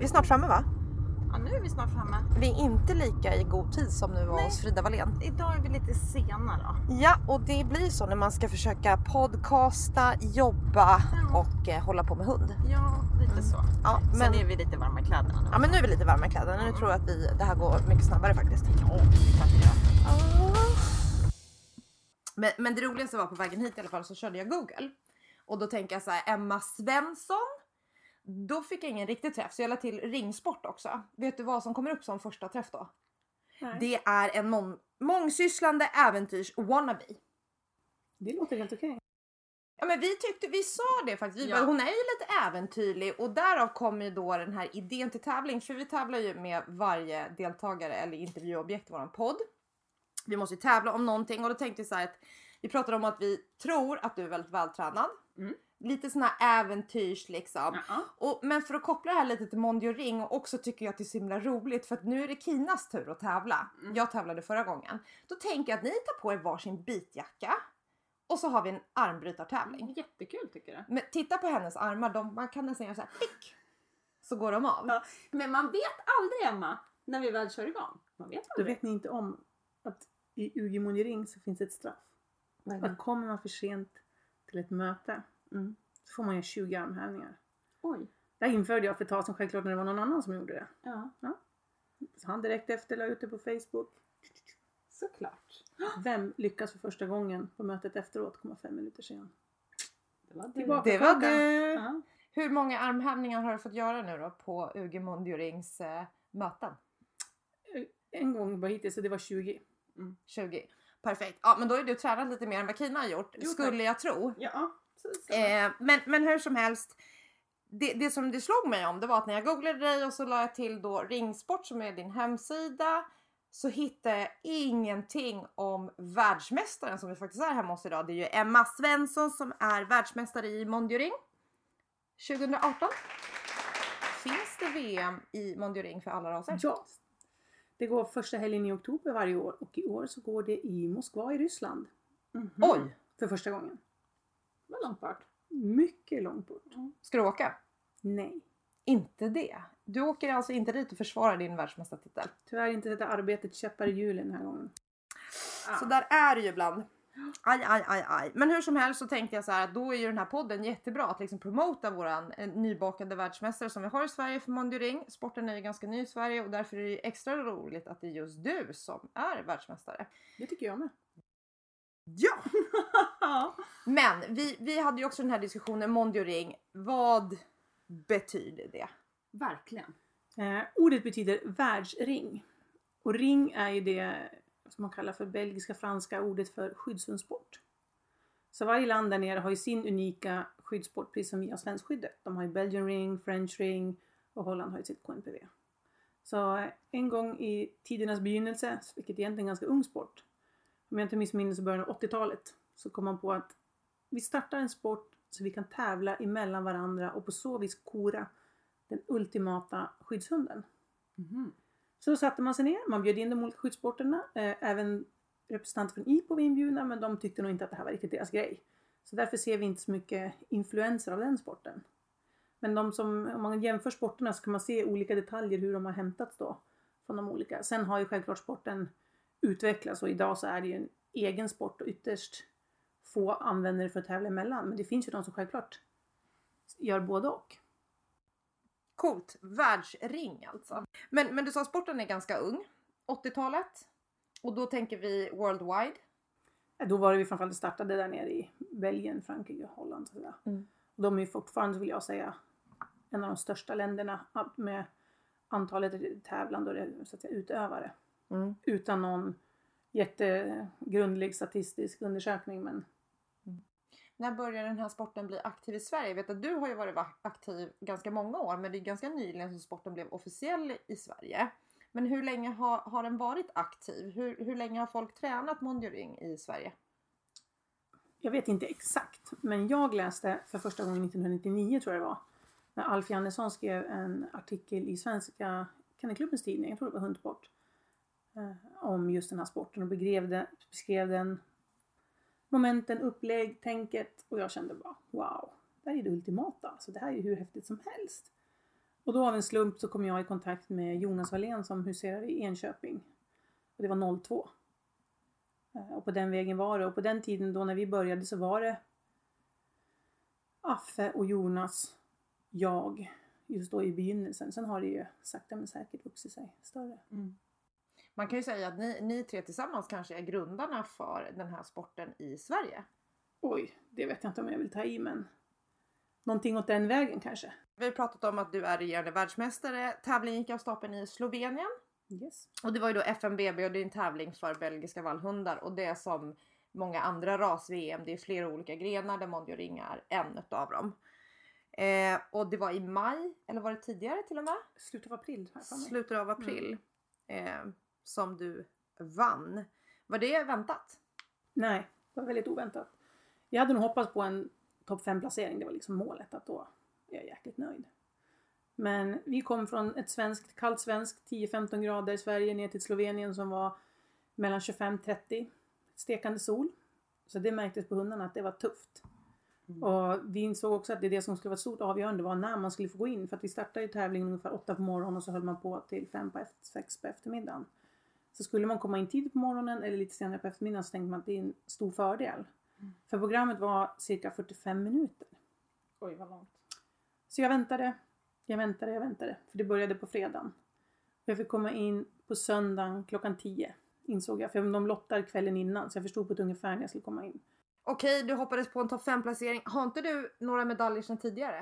vi snart framme va? Ja, nu är vi snart framme. Vi är inte lika i god tid som nu var hos Frida Wallén. Idag är vi lite sena då. Ja, och det blir så när man ska försöka podcasta, jobba och hålla på med hund. Ja, lite så. Ja, Sen är vi lite varma i kläderna nu. Ja, men nu är vi lite varma i kläderna. Nu tror jag att det här går mycket snabbare faktiskt. Ja, det kan vi göra. Men det roligaste var på vägen hit i alla fall så körde jag Google. Och då tänker jag så här, Emma Svensson. Då fick jag ingen riktig träff så jag lade till ringsport också. Vet du vad som kommer upp som första träff då? Nej. Det är en mångsysslande äventyrs wannabe. Det låter helt okej. Ja men vi sa det faktiskt. Vi Ja. bara, hon är ju lite äventyrlig och därav kommer ju då den här idén till tävling. För vi tävlar ju med varje deltagare eller intervjuobjekt i våran podd. Vi måste ju tävla om någonting och då tänkte vi så här att vi pratade om att vi tror att du är väldigt vältränad. Mm. Lite såna här äventyrs liksom. Ja. Men för att koppla det här lite till Mondio Ring och också tycker jag att det är så himla roligt för att nu är det Kinas tur att tävla. Jag tävlade förra gången. Då tänker jag att ni tar på er varsin bitjacka och så har vi en armbrytartävling. Jättekul tycker jag. Men titta på hennes armar, man kan nästan göra så här pick. Så går de av. Ja. Men man vet aldrig, Emma, när vi väl kör igång. Man vet Då aldrig. vet ni inte om att i UG Mondio Ring så finns ett straff. Att kommer man för sent till ett möte så får man ju 20 armhävningar. Oj. Det här införde jag för ett tag sedan självklart när det var någon annan som gjorde det. Ja, Så han direkt efter la ut det på Facebook. såklart. Vem lyckas för första gången på mötet efteråt komma 5 minuter sen? Det var Tillbaka. Det var du! Ja. Hur många armhävningar har du fått göra nu då på UG Mondio Rings möten? En gång bara hittills så det var 20. 20. Perfekt. Ja men då är du tränat lite mer än vad Kina har gjort. Jo, skulle jag tro. Ja, så. Men hur som helst. Det som det slog mig om det var att när jag googlade dig och så la jag till då Ringsport som är din hemsida. Så hittade jag ingenting om världsmästaren som vi faktiskt är hemma hos idag. Det är ju Emma Svensson som är världsmästare i Mondio Ring 2018. Finns det VM i Mondio Ring för alla raser? Ja. Det går första helgen i oktober varje år. Och i år så går det i Moskva i Ryssland. Oj! För första gången. Det var långt bort. Mycket långt bort. Ska du åka? Nej. Inte det. Du åker alltså inte dit och försvarar din världsmästartitel. Tyvärr inte detta arbetet käppar i hjulen den här gången. Så där är det ju ibland. Aj. Men hur som helst så tänkte jag så här att då är ju den här podden jättebra att liksom promota våran nybakade världsmästare som vi har i Sverige för Mondio Ring. Sporten är ju ganska ny i Sverige och därför är det extra roligt att det är just du som är världsmästare. Det tycker jag med. Ja! Men vi hade ju också den här diskussionen Mondio Ring. Vad betyder det? Verkligen. Ordet betyder världsring. Och ring är ju det som man kallar för belgiska franska ordet för skyddshundsport. Så varje land där nere har ju sin unika skyddssport precis som vi har svenskskyddet. De har ju Belgian ring, French ring och Holland har ju sitt KNPV. Så en gång i tidernas begynnelse, vilket egentligen är en ganska ung sport. Om jag inte missminner så början av 80-talet så kom man på att vi startar en sport så vi kan tävla emellan varandra och på så vis kora den ultimata skyddshunden. Så då satte man sig ner, man bjöd in de olika skyddssporterna, även representanter från IPO var inbjudna men de tyckte nog inte att det här var riktigt deras grej. Så därför ser vi inte så mycket influenser av den sporten. Men om man jämför sporterna så kan man se olika detaljer hur de har hämtats då från de olika. Sen har ju självklart sporten utvecklats och idag så är det ju en egen sport och ytterst få använder det för att tävla emellan. Men det finns ju de som självklart gör både och. Coolt, världsring alltså. Men du sa sporten är ganska ung, 80-talet. Och då tänker vi worldwide. Då var det vi framförallt startade där nere i Belgien, Frankrike och Holland. Och de är ju fortfarande, vill jag säga, en av de största länderna med antalet tävlande och så att säga, utövare. Utan någon jättegrundlig statistisk undersökning. Men När började den här sporten bli aktiv i Sverige? Jag vet att du har ju varit aktiv ganska många år. Men det är ganska nyligen som sporten blev officiell i Sverige. Men hur länge har den varit aktiv? Hur länge har folk tränat Mondio Ring i Sverige? Jag vet inte exakt. Men jag läste för första gången 1999 tror jag det var. När Alf Jannesson skrev en artikel i Svenska Kennelklubbens tidning. Jag tror det var Hundsport. Om just den här sporten. Och beskrev den. Momenten, upplägg, tänket. Och jag kände bara wow. Det här är det ultimata. Alltså det här är ju hur häftigt som helst. Och då av en slump så kom jag i kontakt med Jonas Wallén som huserar i Enköping. Och det var 02. Och på den vägen var det. Och på den tiden då när vi började så var det Affe och Jonas, jag, just då i begynnelsen. Sen har det ju sakta men säkert vuxit sig större. Man kan ju säga att ni tre tillsammans kanske är grundarna för den här sporten i Sverige. Oj, det vet jag inte om jag vill ta i, men någonting åt den vägen kanske. Vi har pratat om att du är regerande världsmästare. Tävlingen gick av stapeln i Slovenien. Yes. Och det var ju då FMBB och det är en tävling för belgiska vallhundar. Och det är som många andra ras-VM. Det är flera olika grenar där Mondial Ring är en av dem. Och det var i maj, eller var det tidigare till och med? Slutet av april. Slutet av april. Som du vann. Var det väntat? Nej, det var väldigt oväntat. Jag hade nog hoppats på en topp 5-placering. Det var liksom målet, att då är jag jäkligt nöjd. Men vi kom från ett kallt svenskt 10-15 grader i Sverige ner till Slovenien som var mellan 25-30. Stekande sol. Så det märktes på hundarna att det var tufft. Och vi insåg också att det som skulle vara ett stort avgörande var när man skulle få gå in. För att vi startade ju tävlingen ungefär 8 på morgonen och så höll man på till 6 på eftermiddagen. Så skulle man komma in tidigt på morgonen eller lite senare på eftermiddagen så tänkte man att det är en stor fördel. För programmet var cirka 45 minuter. Oj, vad långt. Så jag väntade. För det började på fredagen. Jag fick komma in på söndagen klockan 10. Insåg jag. För de lottar kvällen innan. Så jag förstod på ett ungefär när jag skulle komma in. Okej, du hoppades på en topp 5-placering. Har inte du några medaljer sedan tidigare?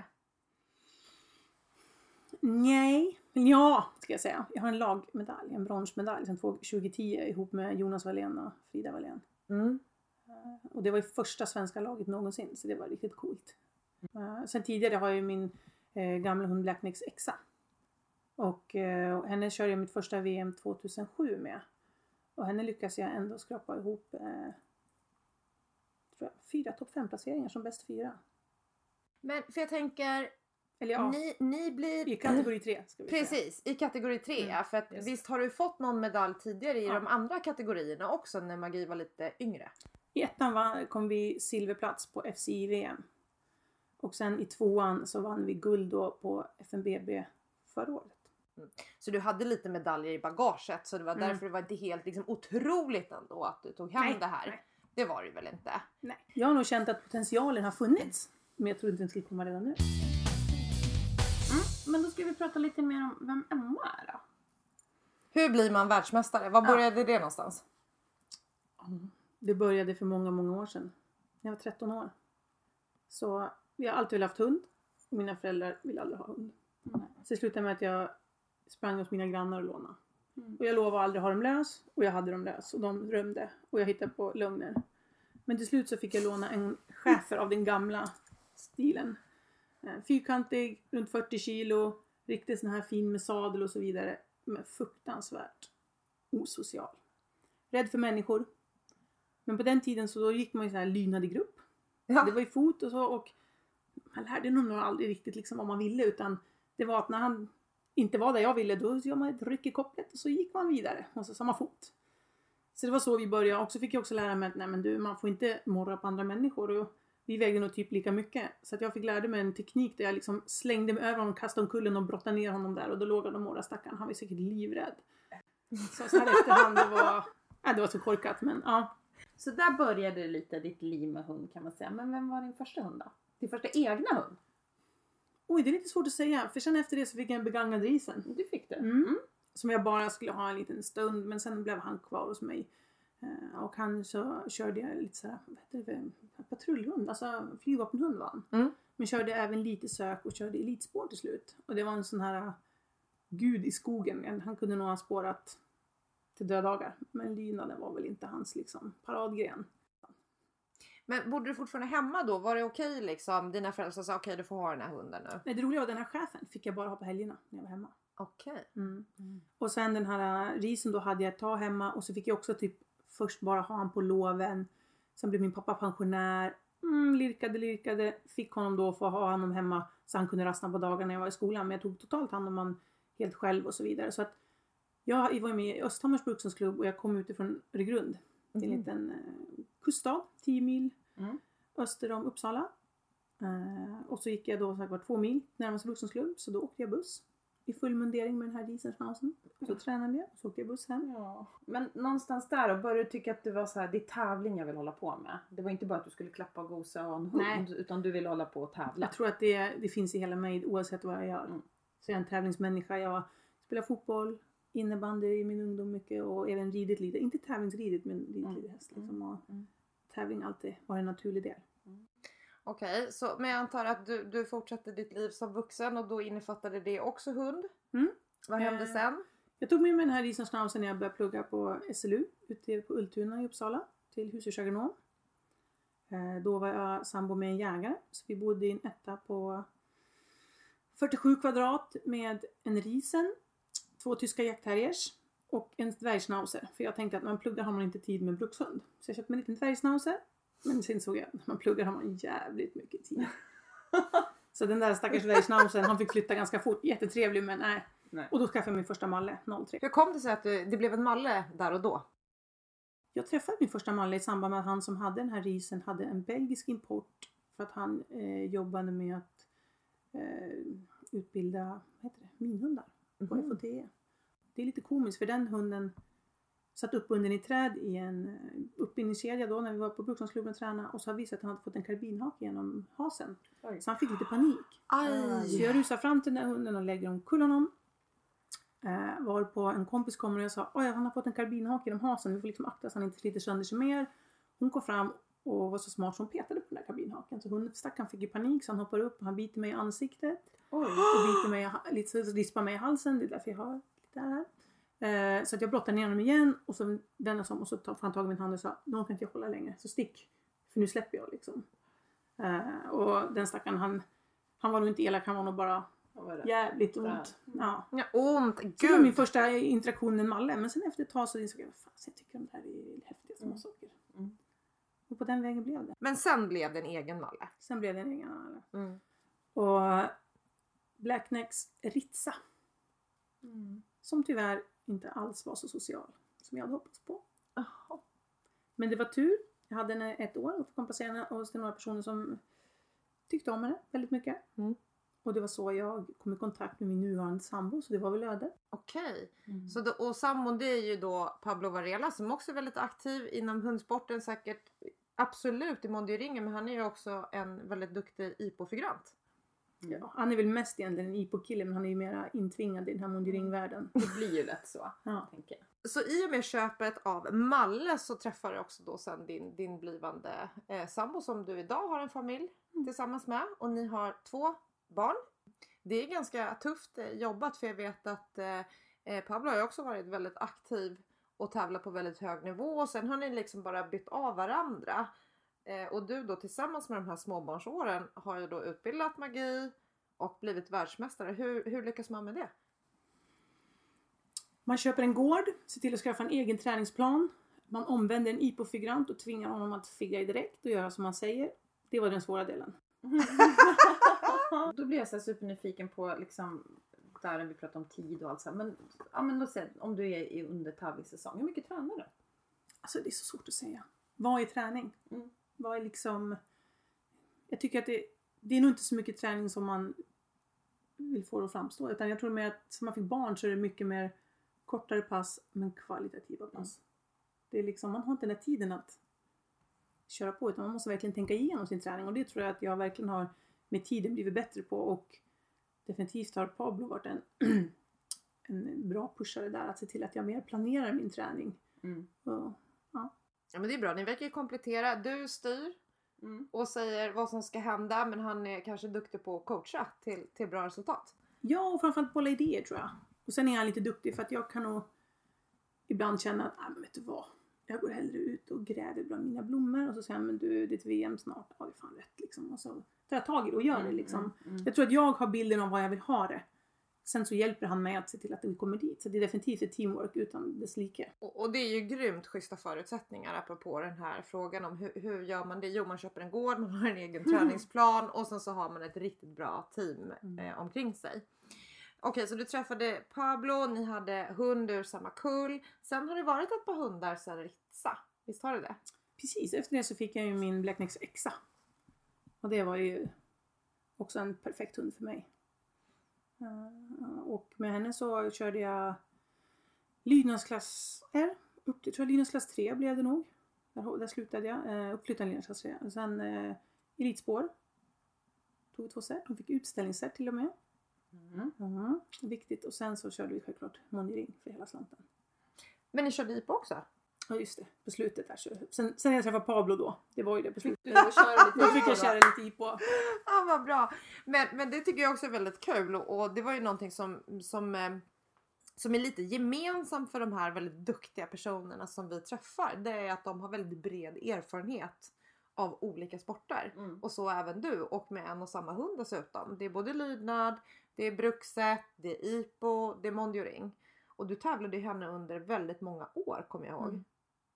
Nej. Ja, ska jag säga. Jag har en lagmedalj. En bronsmedalj sedan 2010 ihop med Jonas Wallén och Frida Wallén. Och det var ju första svenska laget någonsin. Så det var riktigt coolt. Sen tidigare har jag ju min gamla hund Black Nix Exa. Och henne körde jag mitt första VM 2007 med. Och henne lyckas jag ändå skrapa ihop 4 topp 5-placeringar som bäst 4. Men för jag tänker... Eller ja, ni blir... i kategori 3 ska vi Precis, i kategori 3. För att visst har du fått någon medalj tidigare i de andra kategorierna också när Magi var lite yngre? I ettan kom vi silverplats på FCI-VM. Och sen i 2:an så vann vi guld då på FMBB förra året. Så du hade lite medaljer i bagaget. Så det var därför det var inte helt liksom, otroligt ändå att du tog hem det här. Nej. Det var det väl inte? Nej. Jag har nog känt att potentialen har funnits. Men jag tror inte den skulle komma redan nu. Men då ska vi prata lite mer om vem Emma är då. Hur blir man världsmästare? Var började det någonstans? Det började för många, många år sedan. Jag var 13 år. Så vi har alltid velat haft hund. Och mina föräldrar vill aldrig ha hund. Så det slutade med att jag sprang hos mina grannar och lånade. Och jag lovade aldrig ha dem lös. Och jag hade dem lös. Och de römde. Och jag hittade på lögner. Men till slut så fick jag låna en schäfer av den gamla stilen. Fyrkantig, runt 40 kilo. Riktigt sån här fin med sadel och så vidare. Men fruktansvärt osocial. Rädd för människor. Men på den tiden så då gick man ju så här lynad i grupp. Ja. Det var i fot och så. Och man lärde nog aldrig riktigt liksom vad man ville. Utan det var att när han inte var där jag ville. Då gör man ett ryck i kopplet. Och så gick man vidare. Och så samma fot. Så det var så vi började. Och så fick jag också lära mig att nej, men du, man får inte morra på andra människor. Och vi vägde nog typ lika mycket. Så att jag fick lära mig en teknik där jag liksom slängde mig över honom, kastade omkullen och brottade ner honom där. Och då låg han och morrade stackaren. Han var säkert livrädd. Så här efterhand det var så korkat. Men ja. Så där började lite ditt liv med hund kan man säga. Men vem var din första hund då? Din första egna hund? Oj, det är lite svårt att säga. För sen efter det så fick jag en begagnad risen. Du fick det? Som jag bara skulle ha en liten stund. Men sen blev han kvar hos mig. Och han så körde jag lite såhär, vad heter det, patrullhund. Alltså flygvapenhund var han. Men körde även lite sök och körde elitspår till slut. Och det var en sån här gud i skogen. Han kunde nog ha spårat till dödagar. Men lydnaden var väl inte hans liksom paradgren. Men bodde du fortfarande hemma då? Var det okej liksom? Dina föräldrar sa okej, du får ha den här hunden nu. Nej, det roliga var den här chefen fick jag bara ha på helgerna när jag var hemma. Okej. Och sen den här risen då hade jag ett tag hemma. Och så fick jag också typ först bara ha han på loven. Sen blev min pappa pensionär. Lirkade. Fick honom då för att ha honom hemma. Så han kunde rastna på dagarna när jag var i skolan. Men jag tog totalt hand om honom helt själv och så vidare. Så att jag var med i Östhammars bruksklubb och jag kom utifrån Öregrund. Till en liten kuststad, 10 mil öster om Uppsala. Och så gick jag då 2 mil närmast bruksklubb. Så då åkte jag buss i full mundering med den här Riesenschnauzen. Så tränade jag och så åkte jag buss hem. Ja. Men någonstans där då, började du tycka att det var så här, det är tävling jag vill hålla på med? Det var inte bara att du skulle klappa och gosa och ha en hund, Nej. utan du ville hålla på och tävla? Jag tror att det finns i hela mig oavsett vad jag gör. Så jag är en tävlingsmänniska. Jag spelar fotboll, innebandy i min ungdom mycket och även ridit lite. Inte tävlingsridit men ridit lite häst liksom. Och tävling alltid var en naturlig del. Okej, men jag antar att du fortsatte ditt liv som vuxen och då innefattade det också hund. Vad hände sen? Jag tog med mig den här Riesenschnauzen när jag började plugga på SLU ute på Ultuna i Uppsala till husdjursagronom. Då var jag sambo med en jägare så vi bodde i en etta på 47 kvadrat med en Riesen, 2 tyska jaktterriers och en dvärgschnauzer. För jag tänkte att när man pluggar har man inte tid med en brukshund. Så jag köpte mig en liten dvärgschnauzer. Men sen såg jag att när man pluggar har man jävligt mycket tid. Så den där stackars dvärgschnauzern, han fick flytta ganska fort. Jättetrevlig men nej. Och då skaffade jag min första malle, 03. Hur kom det sig att det blev en malle där och då? Jag träffade min första malle i samband med att han som hade den här Riesen hade en belgisk import. För att han jobbade med att utbilda minhundar på FOTE. Det är lite komiskt för den hunden satt uppbunden i träd i en uppbindningskedja då när vi var på Brukshundsklubben och tränade. Och så har vi sett att han hade fått en karbinhake genom hasen. Så han fick lite panik. Så jag rusar fram till den där hunden och lägger omkull honom. Var på en kompis kommer och jag sa han har fått en karbinhake genom hasen. Vi får liksom akta så han inte sliter sönder sig mer. Hon kom fram och var så smart som petade på den där karbinhaken. Så hundstackaren fick ju panik så han hoppar upp och han biter mig i ansiktet. Och biter mig lite, rispar mig i halsen. Det är därför jag har lite här. Så att jag blottar ner honom igen och så den och så tar han tag i min hand och sa någon kan inte jag hålla längre så stick för nu släpper jag liksom och den stackaren han var nog inte elak, han var nog bara jävligt ont. Ja, ont, gud. Så det var min första interaktion med Malle men sen efter ett tag så insåg jag fan jag tycker de här är häftiga små saker. Och på den vägen blev det. Men sen blev det en egen Malle. Sen blev det en egen Malle. Och Blacknecks Ritsa som tyvärr inte alls var så social som jag hade hoppats på. Men det var tur. Jag hade henne 1 år och fick kompensera hos några personer som tyckte om henne väldigt mycket. Och det var så jag kom i kontakt med min nuvarande sambo så det var väl öde. Okej. Så och sambon det är ju då Pablo Varela som också är väldigt aktiv inom hundsporten säkert absolut i Mondioringen men han är ju också en väldigt duktig IPO-figurant. Ja, han är väl mest egentligen en IPO-kille men han är ju mera intvingad i den här Mondioring-världen. Det blir ju lätt så, tänker jag. Så i och med köpet av Malle så träffar du också då sen din blivande sambo som du idag har en familj tillsammans med. Och ni har 2 barn. Det är ganska tufft jobbat för jag vet att Pablo har ju också varit väldigt aktiv och tävlat på väldigt hög nivå. Och sen har ni liksom bara bytt av varandra. Och du då tillsammans med de här småbarnsåren har ju då utbildat magi och blivit världsmästare. Hur lyckas man med det? Man köper en gård, ser till att skaffa en egen träningsplan. Man omvänder en IPO-figurant och tvingar honom att figga direkt och göra som man säger. Det var den svåra delen. Då blir jag så här supernyfiken på liksom, där vi pratar om tid och allt så här. Men då säg, om du är under tävlingssäsong, hur mycket tränar du? Alltså det är så svårt att säga. Vad är träning? Vad är liksom... Jag tycker att det är nog inte så mycket träning som man vill få att framstå. Utan jag tror mer att som man fick barn så är det mycket mer kortare pass men kvalitativa pass. Det är liksom, man har inte den här tiden att köra på utan man måste verkligen tänka igenom sin träning. Och det tror jag att jag verkligen har med tiden blivit bättre på. Och definitivt har Pablo varit en bra pushare där. Att se till att jag mer planerar min träning. Och, Ja men det är bra, ni verkar ju komplettera. Du styr och säger vad som ska hända men han är kanske duktig på att coacha till bra resultat. Ja och framförallt bolla idéer tror jag. Och sen är han lite duktig för att jag kan nog ibland känna att vet du vad, jag går hellre ut och gräver bland mina blommor och så säger han men du det är ett VM snart, ja det är fan rätt liksom. Och så tar jag tag i det och gör det liksom. Jag tror att jag har bilden av vad jag vill ha det. Sen så hjälper han mig att se till att vi kommer dit. Så det är definitivt ett teamwork utan dess like. Och det är ju grymt schyssta förutsättningar apropå den här frågan om hur gör man det? Jo, man köper en gård, man har en egen träningsplan och sen så har man ett riktigt bra team omkring sig. Okej, så du träffade Pablo, ni hade hund ur samma kull. Sen har det varit ett par hundar sedan Ritsa. Visst har det det? Precis, efter det så fick jag ju min Blacknecks Exa. Och det var ju också en perfekt hund för mig. Och med henne så körde jag lydnadsklass R. Upp till, tror jag lydnadsklass 3 blev det nog. Där slutade jag. Uppflyttad lydnadsklass 3. Och sen elitspår. Tog 2 set. Hon fick utställningsset till och med. Viktigt. Och sen så körde vi självklart Monjering för hela slanten. Men ni körde IPA också? Ja just det, på slutet där. Sen när jag träffade Pablo då. Det var ju det på slutet. Då fick jag köra lite IPA. Ja, vad bra. Men det tycker jag också är väldigt kul. Och det var ju någonting som är lite gemensamt för de här väldigt duktiga personerna som vi träffar. Det är att de har väldigt bred erfarenhet av olika sporter. Och så även du. Och med en och samma hund dessutom. Det är både lydnad, det är brukset, det är IPO, det är Monjering. Och du tävlade ju henne under väldigt många år, kommer jag ihåg.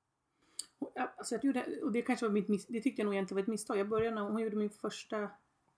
Alltså jag gjorde, och det kanske var det tyckte jag nog egentligen var ett misstag. Jag började när hon gjorde min första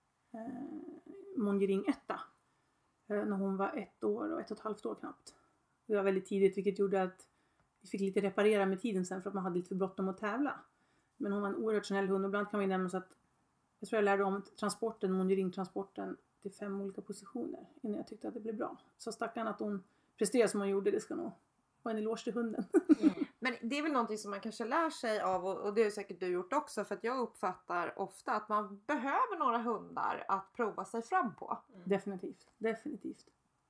Monjering 1. När hon var 1 år och 1,5 år knappt. Det var väldigt tidigt, vilket gjorde att vi fick lite reparera med tiden sen för att man hade lite för bråttom att tävla. Men hon var en oerhört snäll hund och ibland kan vi nämna så att jag tror jag lärde om transporten, Monjering-transporten till 5 olika positioner innan jag tyckte att det blev bra. Så stackarn att hon presterade som hon gjorde, det ska nog vara en eloge till hunden. Men det är väl någonting som man kanske lär sig av och det är säkert du gjort också, för att jag uppfattar ofta att man behöver några hundar att prova sig fram på. Definitivt.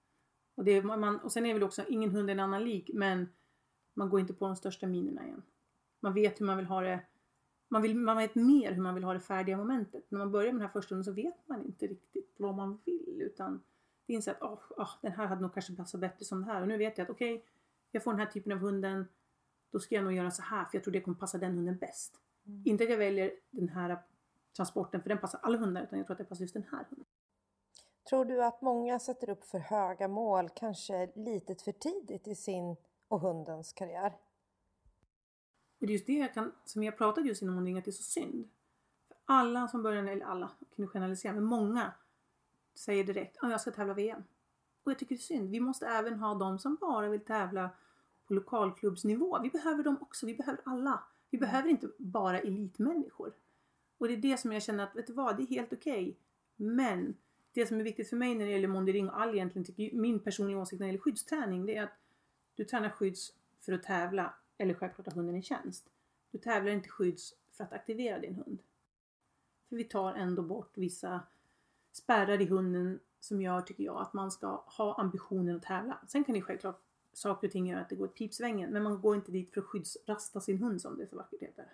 Och sen är väl också ingen hund en annan lik, men man går inte på de största minerna igen. Man vet hur man vill ha det. Man vet mer hur man vill ha det färdiga momentet. När man börjar med den här första hunden så vet man inte riktigt vad man vill, utan det inser att den här hade nog kanske passat bättre som det här. Och nu vet jag att okej, jag får den här typen av hunden, då ska jag nog göra så här, för jag tror det kommer passa den hunden bäst. Inte att jag väljer den här transporten för den passar alla hundar, utan jag tror att det passar just den här hunden. Tror du att många sätter upp för höga mål, kanske lite för tidigt i sin och hundens karriär? Och det är just det som vi har pratat just inom Monjering, att det är så synd. För alla som börjar, eller alla, kan du generalisera, men många säger direkt, jag ska tävla VM. Och jag tycker det är synd. Vi måste även ha de som bara vill tävla på lokalklubbsnivå. Vi behöver dem också. Vi behöver alla. Vi behöver inte bara elitmänniskor. Och det är det som jag känner att, vet du vad, det är helt okej. Men det som är viktigt för mig när det gäller Monjering och all egentligen, tycker min personliga åsikt när det gäller skyddsträning, det är att du tränar skydds för att tävla, eller självklart att hunden är i tjänst. Du tävlar inte skydds för att aktivera din hund. För vi tar ändå bort vissa spärrar i hunden som gör, tycker jag, att man ska ha ambitionen att tävla. Sen kan det självklart saker och ting göra att det går ett pipsvängen, men man går inte dit för att skyddsrasta sin hund, som det så vackert heter.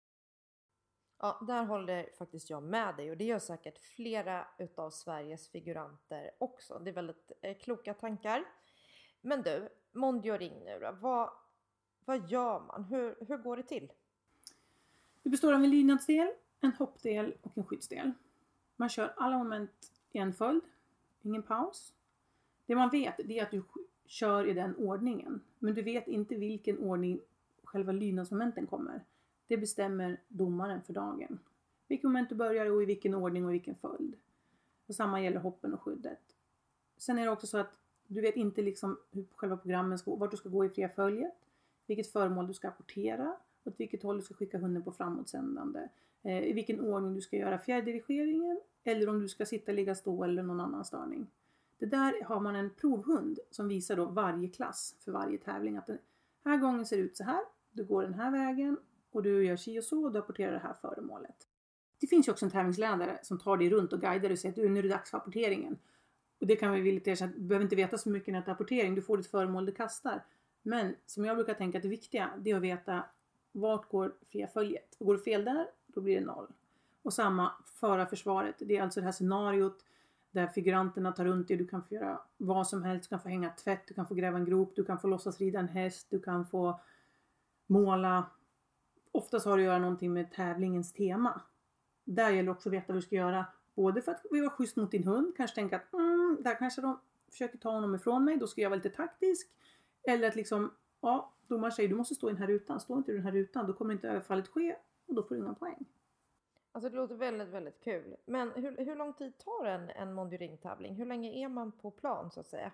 Ja, där håller faktiskt jag med dig, och det gör säkert flera utav Sveriges figuranter också. Det är väldigt kloka tankar. Men du, Monjering nu då, vad gör man? Hur går det till? Det består av en lydnadsdel, en hoppdel och en skyddsdel. Man kör alla moment i en följd, ingen paus. Det man vet är att du kör i den ordningen, men du vet inte vilken ordning själva lydnadsmomenten kommer. Det bestämmer domaren för dagen. Vilken moment du börjar och i vilken ordning och i vilken följd. Och samma gäller hoppen och skyddet. Sen är det också så att du vet inte liksom hur själva programmen ska gå, vart du ska gå i fria följet, vilket föremål du ska apportera, åt vilket håll du ska skicka hunden på framåtsändande, i vilken ordning du ska göra fjärrdirigeringen, eller om du ska sitta, ligga, stå eller någon annan störning. Det där har man en provhund som visar då varje klass för varje tävling, att den här gången ser ut så här, du går den här vägen och du gör si och så och du apporterar det här föremålet. Det finns ju också en tävlingsledare som tar dig runt och guidar dig och säger att nu är det dags för apporteringen. Och det kan vi vilja erkänna, du behöver inte veta så mycket när det är apportering, du får ditt föremål du kastar. Men som jag brukar tänka att det viktiga, det är att veta vart går fria följet. Går det fel där, då blir det 0. Och samma förarförsvaret, det är alltså det här scenariot där figuranterna tar runt dig, du kan få göra vad som helst, du kan få hänga tvätt, du kan få gräva en grop, du kan få låtsas rida en häst, du kan få måla. Oftast har det att göra någonting med tävlingens tema. Där gäller också att veta vad du ska göra, både för att vi var schysst mot din hund, kanske tänka att där kanske de försöker ta honom ifrån mig, då ska jag vara lite taktisk. Eller att liksom, domaren säger du måste stå i den här rutan, stå inte i den här rutan, då kommer inte överfallet ske och då får du inga poäng. Alltså det låter väldigt, väldigt kul. Men hur lång tid tar en Monjering-tävling? Hur länge är man på plan så att säga?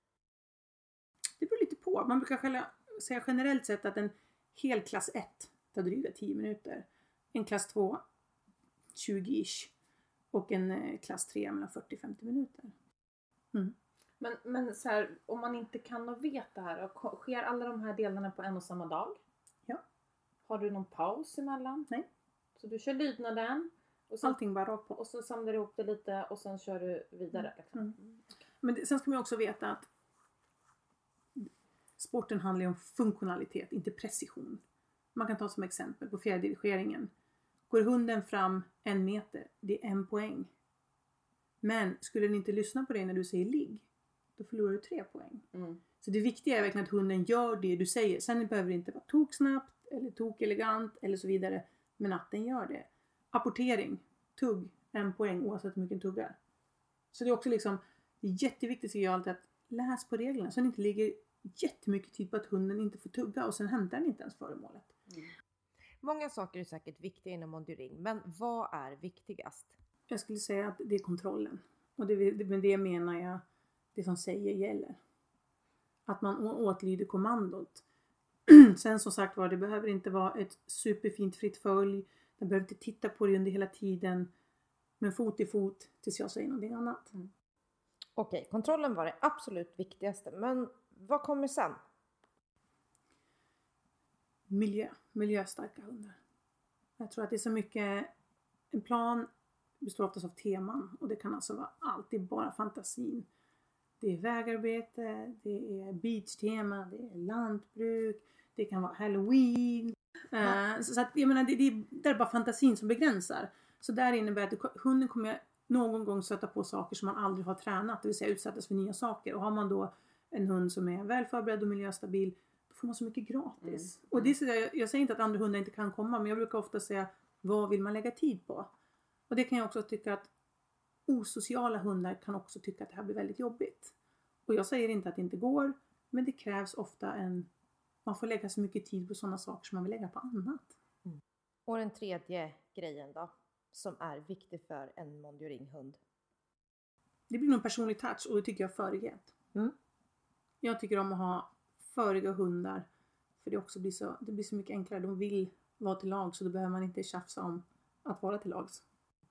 Det beror lite på. Man brukar säga generellt sett att en hel klass 1 tar dryga 10 minuter. En klass 2 20-ish. Och en klass 3 mellan 40-50 minuter. Men så här, om man inte kan och vet det här, sker alla de här delarna på en och samma dag? Ja. Har du någon paus emellan? Nej. Så du kör lydnaden och sen, Allting bara rakt på. och så samlar du ihop det lite och sen kör du vidare. Liksom. Men sen ska man också veta att sporten handlar ju om funktionalitet, inte precision. Man kan ta som exempel på fjärrdirigeringen. Går hunden fram 1 meter, det är 1 poäng. Men skulle den inte lyssna på dig när du säger ligg, då förlorar du 3 poäng. Så det viktiga är verkligen att hunden gör det du säger. Sen behöver det inte vara toksnabbt eller tokelegant eller så vidare. Men att den gör det. Apportering, tugg, 1 poäng oavsett hur mycket den tuggar. Så det är också liksom, det är jätteviktigt tycker jag alltid att läs på reglerna. Så det inte ligger jättemycket tid på att hunden inte får tugga och sen hämtar den inte ens föremålet. Många saker är säkert viktiga inom mondiering, men vad är viktigast? Jag skulle säga att det är kontrollen. Och med det menar jag det som säger gäller. Att man åtlyder kommandot. Sen som sagt var, det behöver inte vara ett superfint fritt följ. Den behöver inte titta på det under hela tiden. Men fot i fot tills jag säger någonting annat. Okej, kontrollen var det absolut viktigaste, men vad kommer sen? Miljöstarka hundar. Jag tror att det är så mycket, en plan består oftast av teman och det kan alltså vara alltid bara fantasin. Det är vägarbete, det är beach-tema, det är lantbruk, det kan vara Halloween. Så att jag menar, det är bara fantasin som begränsar. Så där innebär att hunden kommer någon gång stöta på saker som man aldrig har tränat, det vill säga utsättas för nya saker. Och har man då en hund som är väl förberedd och miljöstabil, då får man så mycket gratis. Och det är så där, jag säger inte att andra hundar inte kan komma, men jag brukar ofta säga, vad vill man lägga tid på? Och det kan jag också tycka att osociala hundar kan också tycka att det här blir väldigt jobbigt. Och jag säger inte att det inte går, men det krävs ofta man får lägga så mycket tid på sådana saker som man vill lägga på annat. Och den tredje grejen då, som är viktig för en mondioringhund? Det blir nog en personlig touch och det tycker jag är förighet. Jag tycker om att ha föriga hundar, för det blir så mycket enklare. De vill vara till lag, så då behöver man inte tjafsa om att vara till lags.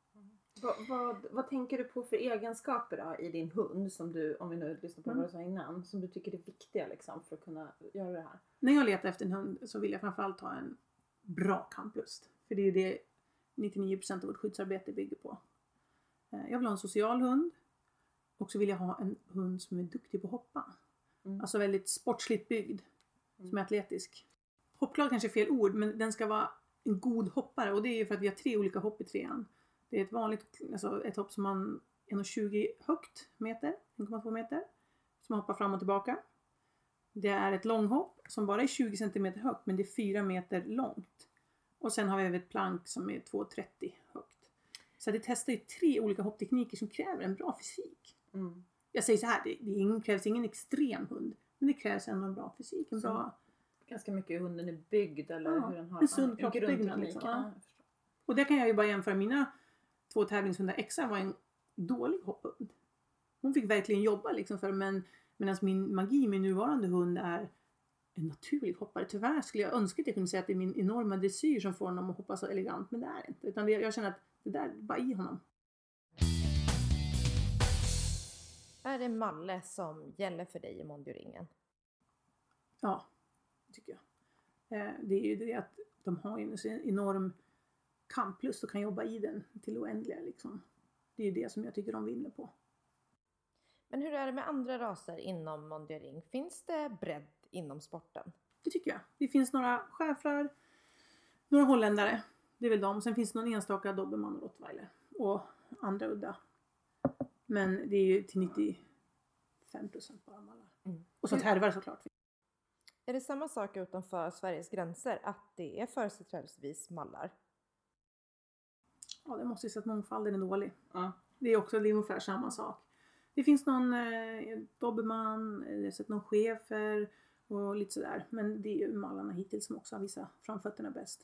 Vad tänker du på för egenskaper då, i din hund, som du, om vi nu lyssnar på vad du sa innan, som du tycker är viktiga liksom, för att kunna göra det här? När jag letar efter en hund så vill jag framförallt ha en bra kamplust. För det är det 99% av vårt skyddsarbete bygger på. Jag vill ha en social hund. Och så vill jag ha en hund som är duktig på att hoppa. Alltså väldigt sportsligt byggd. Som är atletisk. Hoppglad kanske är fel ord, men den ska vara en god hoppare. Och det är ju för att vi har 3 olika hopp i 3:an. Det är ett vanligt, alltså ett hopp som man 1,20 högt meter, 1,2 meter. Som man hoppar fram och tillbaka. Det är ett långhopp som bara är 20 cm högt, men det är 4 meter långt. Och sen har vi ett plank som är 2,30 högt. Så det testar ju 3 olika hopptekniker som kräver en bra fysik. Jag säger så här, det krävs ingen extrem hund. Men det krävs ändå en bra fysik. Ganska mycket hur hunden är byggd eller hur den har en sund kroppsbyggnad. Liksom. Och där kan jag ju bara jämföra mina 2 tävlingshundar. Exa var en dålig hopphund. Hon fick verkligen jobba liksom medan min magi, min nuvarande hund, är en naturlig hoppare. Tyvärr skulle jag önska att jag kunde säga att det är min enorma dressyr som får honom att hoppa så elegant. Men det är inte. Utan jag känner att det där är bara i honom. Är det malle som gäller för dig i mondioringen? Ja, tycker jag. Det är ju det att de har en enorm kamplust och kan jobba i den till oändliga liksom. Det är ju det som jag tycker de vinner på. Men hur är det med andra raser inom mondioring? Finns det bredd inom sporten? Det tycker jag. Det finns några schäfrar, några holländare. Det är väl de. Sen finns det någon enstaka dobermann och rottweiler. Och andra udda. Men det är ju till 95% bara mallar. Och så härvar såklart. Är det samma sak utanför Sveriges gränser, att det är företrädesvis mallar? Ja, det måste ju säga att mångfalden är dålig. Ja. Det är ungefär samma sak. Det finns någon dobermann, jag har sett någon chefer och lite sådär. Men det är ju mallarna hittills som också har visat framfötterna bäst.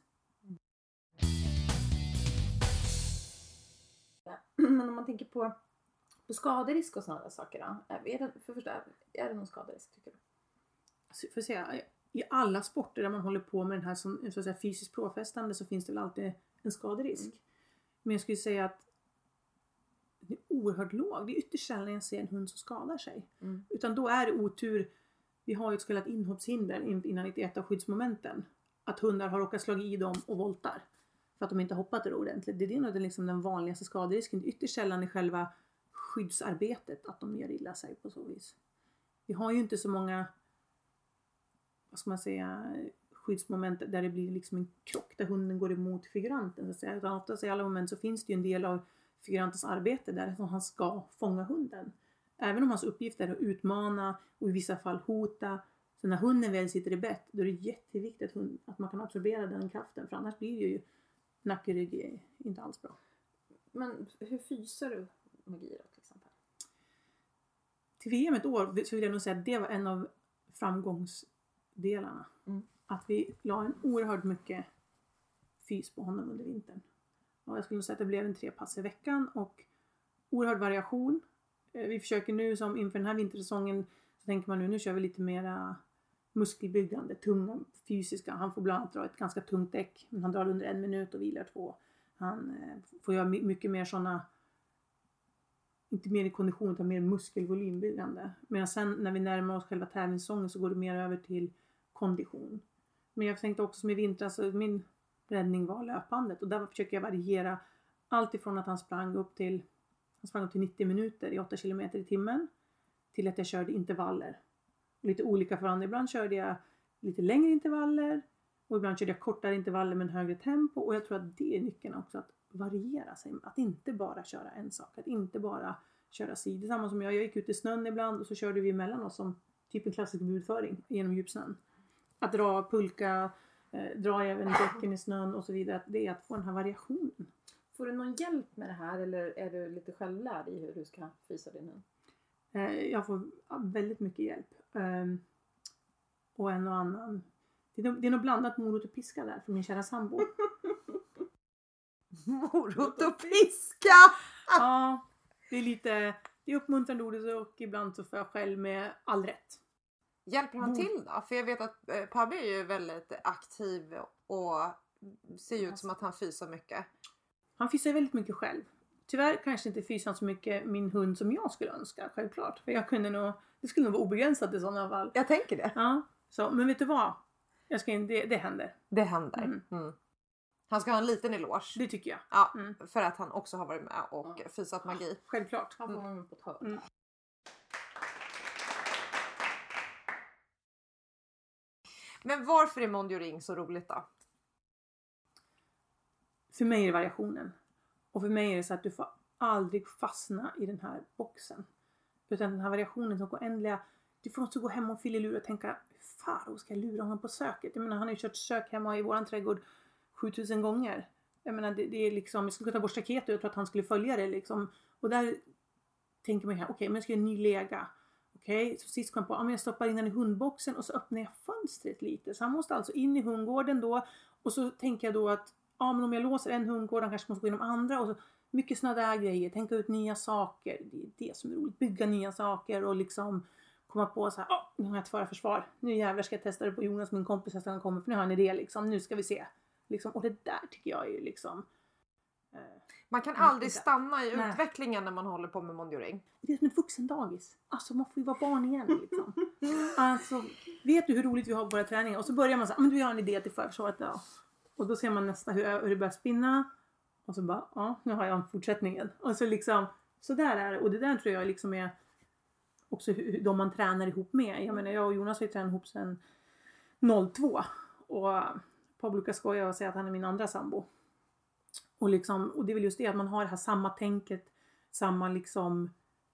Men om man tänker på skaderisk och sådana saker då? Är det någon skaderisk tycker du? Alltså, för att säga, i alla sporter där man håller på med den här som så att säga, fysiskt påfrestande, så finns det väl alltid en skaderisk. Men jag skulle säga att är oerhört låg. Det är ytterst sällan jag ser en hund som skadar sig. Mm. Utan då är det otur. Vi har ju ett så kallat inhoppshinder innan i ett av skyddsmomenten. Att hundar har råkat slå i dem och voltar. För att de inte hoppat ordentligt. Det är nog liksom den vanligaste skaderisken. Det är ytterst sällan i själva skyddsarbetet att de gör illa sig på så vis. Vi har ju inte så många, vad ska man säga, skyddsmoment där det blir liksom en krock där hunden går emot figuranten. Så att säga. Utan oftast i alla moment så finns det ju en del av figurantens arbete där som han ska fånga hunden. Även om hans uppgift är att utmana och i vissa fall hota. Så när hunden väl sitter i bett, då är det jätteviktigt att man kan absorbera den kraften. För annars blir det ju nackerygg inte alls bra. Men hur fyser du Magi då till exempel? Till VM ett år så vill jag nog säga att det var en av framgångsdelarna. Mm. Att vi la en oerhört mycket fys på honom under vintern. Och jag skulle säga att det blev 3 pass i veckan och oerhörd variation. Vi försöker nu som inför den här vintersäsongen så tänker man nu kör vi lite mera muskelbyggande, tunga, fysiska. Han får bland annat dra ett ganska tungt däck. Men han drar under 1 minut och vilar 2. Han får göra mycket mer sådana, inte mer i kondition utan mer muskelvolymbyggande. Medan sen när vi närmar oss själva tävlingssäsongen så går det mer över till kondition. Men jag tänkte också som i vintras, så min räddning var löpandet. Och där försöker jag variera allt ifrån att han sprang upp till 90 minuter i 8 km i timmen. Till att jag körde intervaller. Lite olika för varandra. Ibland körde jag lite längre intervaller. Och ibland körde jag kortare intervaller med en högre tempo. Och jag tror att det är nyckeln också. Att variera sig. Att inte bara köra en sak. Att inte bara köra sidor. Samma som jag gick ut i snön ibland. Och så körde vi emellan oss som typ en klassisk budföring genom djupsnön. Att dra pulka. Dra även däcken i snön och så vidare. Att det är att få den här variationen. Får du någon hjälp med det här eller är du lite självlärd i hur du ska fysa din hund? Jag får väldigt mycket hjälp. Och en och annan. Det är nog blandat morot och piska där från min kära sambo. Morot och piska! Ja, det är uppmuntrande ord och ibland så får jag själv med all rätt. Hjälper han till då? För jag vet att Pabbe är ju väldigt aktiv och ser ut som att han fysar mycket. Han fysar väldigt mycket själv. Tyvärr kanske inte fysar han så mycket min hund som jag skulle önska, självklart. För det skulle nog vara obegränsat i sådana fall. Jag tänker det. Ja, men vet du vad? Det händer. Det händer. Mm. Han ska ha en liten eloge. Det tycker jag. Ja, för att han också har varit med och fysat magi. Självklart. Han får man på ett hörn. Men varför är Mondio Ring så roligt då? För mig är det variationen. Och för mig är det så att du får aldrig fastna i den här boxen. Utan den här variationen som går ändliga. Du får också gå hem och fililura och tänka. Hur ska jag lura honom på söket? Jag menar han har ju kört sök hemma i våran trädgård 7000 gånger. Jag menar det är liksom. Jag skulle kunna ta bort staketet och jag tror att han skulle följa det liksom. Och där tänker man okej, men jag ska göra en ny lega. Okej, så sist kom jag på. Jag stoppar in den i hundboxen och så öppnar jag fönstret lite. Så han måste alltså in i hundgården då. Och så tänker jag då att. Ja, men om jag låser en hundgård, han kanske måste gå in de andra. Och så mycket sådana där grejer. Tänka ut nya saker. Det är det som är roligt. Bygga nya saker och liksom komma på så här. Nu har jag ett förarförsvar. Nu jävlar ska jag testa det på Jonas, min kompis. När han kommer. För nu har han en idé liksom. Nu ska vi se. Liksom. Och det där tycker jag är ju liksom. Man kan aldrig stanna i utvecklingen när man håller på med Mondio Ring. Det är som ett vuxendagis. Alltså man får ju vara barn igen liksom. Alltså vet du hur roligt vi har på våra träningar? Och så börjar man så här. Men du har en idé till förarförsvaret då. Och då ser man nästa hur det börjar spinna. Och så bara, nu har jag fortsättningen. Och så liksom, så där är det. Och det där tror jag liksom är också de man tränar ihop med. Jag menar, jag och Jonas har ju tränat ihop sedan 02. Och Pablo brukar skoja och säga att han är min andra sambo. Och liksom, och det är väl just det att man har det här samma tänket. Samma liksom.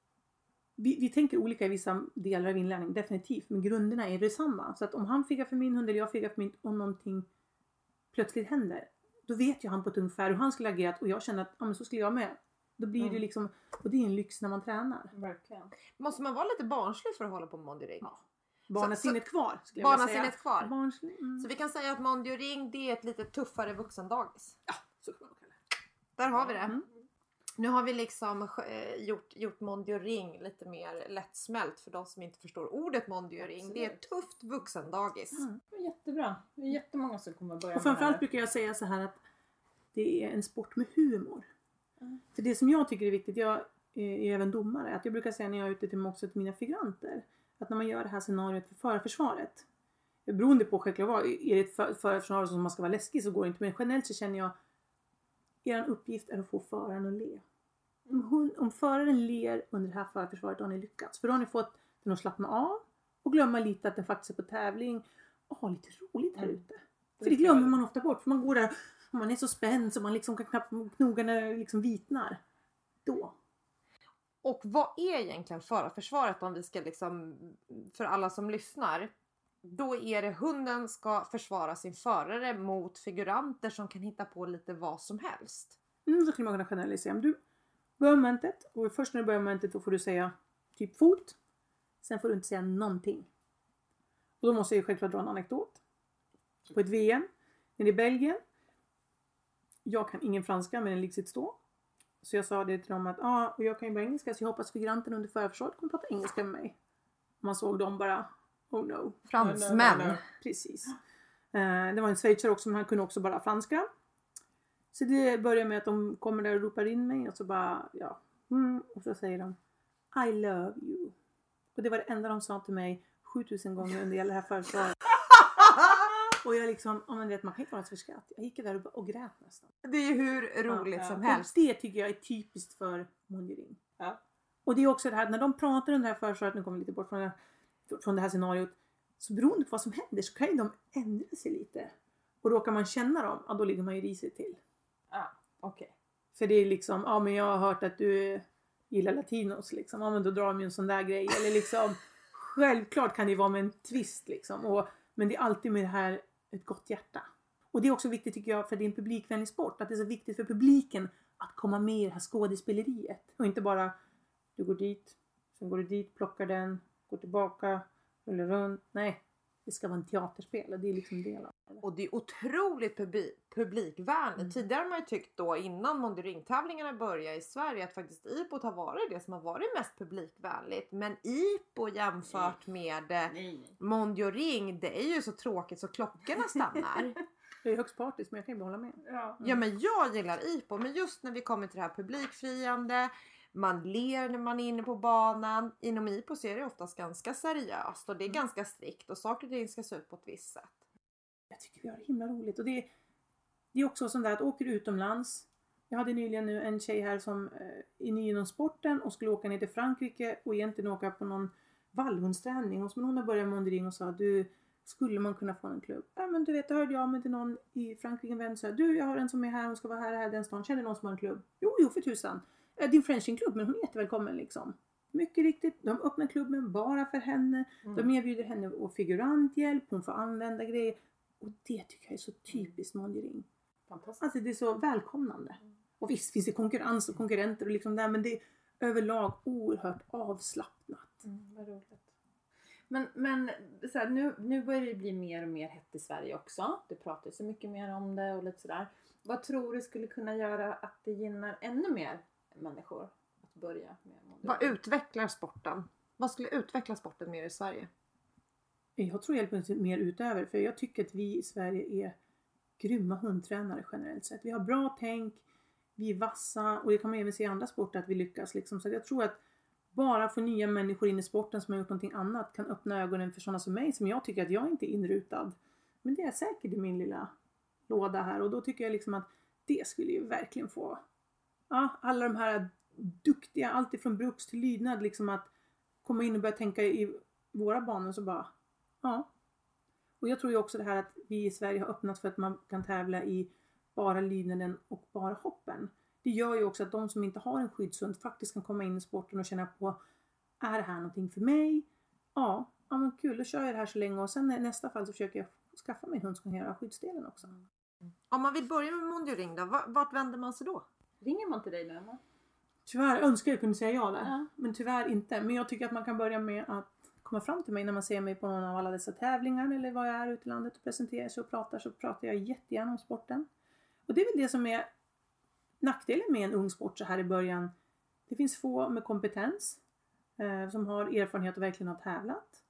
Vi tänker olika i vissa delar av inlärning, definitivt. Men grunderna är det samma. Så att om han fick för min hund eller jag fick för min, om någonting plötsligt händer, då vet jag han på ett ungefär hur han skulle agera och jag känner att men så skulle jag med. Då blir det liksom, och det är en lyx när man tränar. Verkligen. Måste man vara lite barnslig för att hålla på med Mondio Ring? Ja. Barnasinnet kvar skulle jag Barnasinnet säga. kvar. Barnslig, Så vi kan säga att Mondio Ring, det är ett lite tuffare vuxendagis. Ja, så kan man kalla det. Där har vi det. Nu har vi liksom gjort Mondio Ring lite mer lättsmält för de som inte förstår ordet Mondio Ring. Absolut. Det är ett tufft vuxendagis. Jättebra. Det är jättemånga som kommer börja Och framförallt brukar jag säga så här att det är en sport med humor. För det som jag tycker är viktigt, är även domare. Att jag brukar säga när jag är ute till också till mina figuranter. Att när man gör det här scenariot för förarförsvaret. Beroende på självklart vad. Är det ett förarförsvar som man ska vara läskig så går det inte. Men generellt så känner jag. Er uppgift är att få föraren att le. Om föraren ler under det här förarförsvaret då har ni lyckats. För då har ni fått den att slappna av. Och glömma lite att den faktiskt är på tävling. Och ha lite roligt här ute. För det glömmer man ofta bort. För man går där och man är så spänd så man liksom kan knappt knoga när det liksom vitnar. Då. Och vad är egentligen förarförsvaret om vi ska liksom, för alla som lyssnar? Då är det hunden ska försvara sin förare mot figuranter som kan hitta på lite vad som helst. Så skulle man kunna generalisera. Om du börjar momentet och först när du börjar momentet då får du säga typ fot. Sen får du inte säga någonting. Och då måste jag självklart dra en anekdot. På ett VM nere i Belgien. Jag kan ingen franska men en likt stå. Så jag sa det till dem att och jag kan ju bara engelska så jag hoppas figuranten under förarförsvaret kommer prata engelska med mig. Man såg dem bara, oh no. Fransmän. No. Precis. Det var en schweizare också men han kunde också bara franska. Så det börjar med att de kommer där och ropar in mig och så bara, och så säger de I love you. Och det var det enda de sa till mig 7000 gånger under hela det här förförsvaret. Och jag liksom, man vet man kan inte vara så för skratt. Jag gick där och grät nästan. Det är ju hur roligt som helst. Och det tycker jag är typiskt för Mondiering. Ja. Och det är också det här, när de pratar under det här förförsvaret, nu kommer vi lite bort från det här scenariot. Så beroende på vad som händer så kan ju de ändra sig lite. Och råkar man känna dem, då ligger man ju risigt till. Ja, okej. För det är liksom, men jag har hört att du gillar latinos liksom. Men då drar de ju en sån där grej. Eller liksom, självklart kan det ju vara med en twist liksom. Men det är alltid med det här ett gott hjärta. Och det är också viktigt tycker jag för det är en publikvänlig sport. Att det är så viktigt för publiken att komma med i det här skådespeleriet. Och inte bara, du går dit, sen går du dit, plockar den, går tillbaka, rullar runt. Nej, det ska vara en teaterspel och det är liksom en del av det. Och det är otroligt publikvänligt. Tidigare har man ju tyckt då innan Mondiering-tävlingarna började i Sverige att faktiskt IPO har varit det som har varit mest publikvänligt. Men IPO jämfört med Mondiering, det är ju så tråkigt så klockorna stannar. Det är högst partisk men jag kan ju hålla med. Ja men jag gillar IPO men just när vi kommer till det här publikfriande. Man ler när man är inne på banan. Inom IPO så är det oftast ganska seriöst och det är ganska strikt och saker och ting ska se ut på ett visst sätt. Jag tycker vi har det himla roligt och det är också sånt där att åker utomlands. Jag hade nyligen nu en tjej här som är ny inom sporten och skulle åka ner till Frankrike och egentligen åka på någon vallhundsträning. Och så hon har börjat med Mondiering och sa skulle man kunna få en klubb? Ja men du vet, hörde jag med till någon i Frankrike en vän så här, jag har en som är här, hon ska vara här den stan. Känner någon som har en klubb? Jo för tusan. Din Frenching-klubb, men hon är jättevälkommen liksom. Mycket riktigt, de öppnar klubben bara för henne. De erbjuder henne och figuranthjälp, hon får använda grejer. Och det tycker jag är så typiskt Mondiering. Fantastiskt. Alltså det är så välkomnande. Och visst finns det konkurrens och konkurrenter och liksom där, men det är överlag oerhört avslappnat. Vad roligt. Men så här, nu börjar det bli mer och mer hett i Sverige också. Det pratas så mycket mer om det och lite sådär. Vad tror du skulle kunna göra att det gynnar ännu mer människor att börja med Mondiering? Vad utvecklar sporten? Vad skulle utveckla sporten mer i Sverige? Jag tror helt enkelt mer utöver. För jag tycker att vi i Sverige är grymma hundtränare generellt sett. Vi har bra tänk. Vi är vassa. Och det kan man även se i andra sporter att vi lyckas. Liksom. Så jag tror att bara få nya människor in i sporten som har gjort någonting annat kan öppna ögonen för sådana som mig. Som jag tycker att jag inte är inrutad. Men det är säkert i min lilla låda här. Och då tycker jag liksom att det skulle ju verkligen få alla de här duktiga, allt ifrån bruks till lydnad, liksom att komma in och börja tänka i våra banor så bara, Och jag tror ju också det här att vi i Sverige har öppnat för att man kan tävla i bara lydnaden och bara hoppen. Det gör ju också att de som inte har en skyddshund faktiskt kan komma in i sporten och känna på, är det här någonting för mig? Ja men kul, då kör jag det här så länge och sen i nästa fall så försöker jag skaffa mig en hund som kan göra skyddsdelen också. Om man vill börja med Mondiering då, vart vänder man sig då? Ringer man till dig nu, Emma? Tyvärr önskar jag kunde säga ja där. Men tyvärr inte. Men jag tycker att man kan börja med att komma fram till mig när man ser mig på någon av alla dessa tävlingar. Eller vad jag är ute i landet och presenterar sig och pratar. Så pratar jag jättegärna om sporten. Och det är väl det som är nackdelen med en ung sport så här i början. Det finns få med kompetens. Som har erfarenhet och verkligen har tävlat.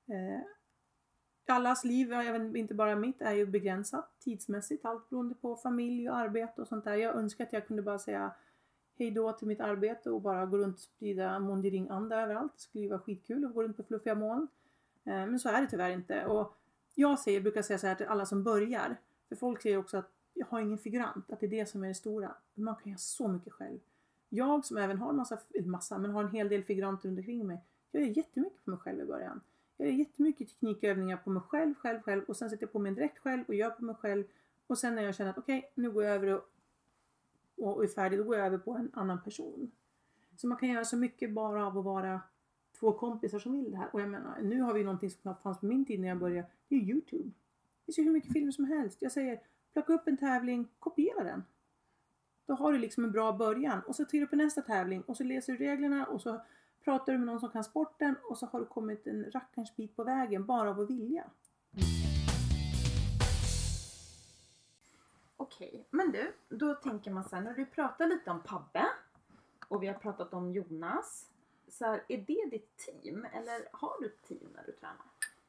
Allas liv, även inte bara mitt, är ju begränsat tidsmässigt. Allt beroende på familj och arbete och sånt där. Jag önskar att jag kunde bara säga hej då till mitt arbete och bara gå runt och sprida Mondiring-anda överallt. Det skulle ju vara skitkul att gå runt på fluffiga moln. Men så är det tyvärr inte. Och jag brukar säga så här till alla som börjar. För folk säger också att jag har ingen figurant. Att det är det som är det stora. Man kan göra så mycket själv. Jag som även har men har en hel del figuranter runt omkring mig. Jag gör jättemycket på mig själv i början. Jag gör jättemycket teknikövningar på mig själv. Och sen sätter jag på mig en dräkt själv och gör på mig själv. Och sen när jag känner att okej, nu går jag över och är färdig. Då går jag över på en annan person. Så man kan göra så mycket bara av att vara 2 kompisar som vill det här. Och jag menar, nu har vi någonting som knappt fanns på min tid när jag började. Det är YouTube. Det ser hur mycket filmer som helst. Jag säger, plocka upp en tävling, kopiera den. Då har du liksom en bra början. Och så tittar du på nästa tävling. Och så läser du reglerna. Och så pratar du med någon som kan sporten. Och så har du kommit en rackarns bit på vägen. Bara av att vilja. Okej, men du, då tänker man så här, när du pratar lite om Pabbe och vi har pratat om Jonas, så här, är det ditt team eller har du ett team när du tränar?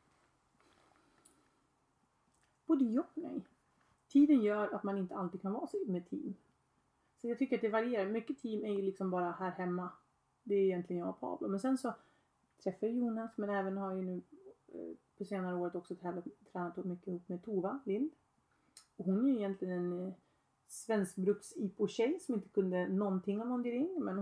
Både ja och nej. Tiden gör att man inte alltid kan vara så med team. Så jag tycker att det varierar. Mycket team är ju liksom bara här hemma. Det är egentligen jag och Pablo. Men sen så träffar jag Jonas, men även har ju nu på senare året också tränat mycket ihop med Tova Lind. Och hon är ju egentligen en svenskbruks IPO-tjej som inte kunde någonting om Mondiring. Men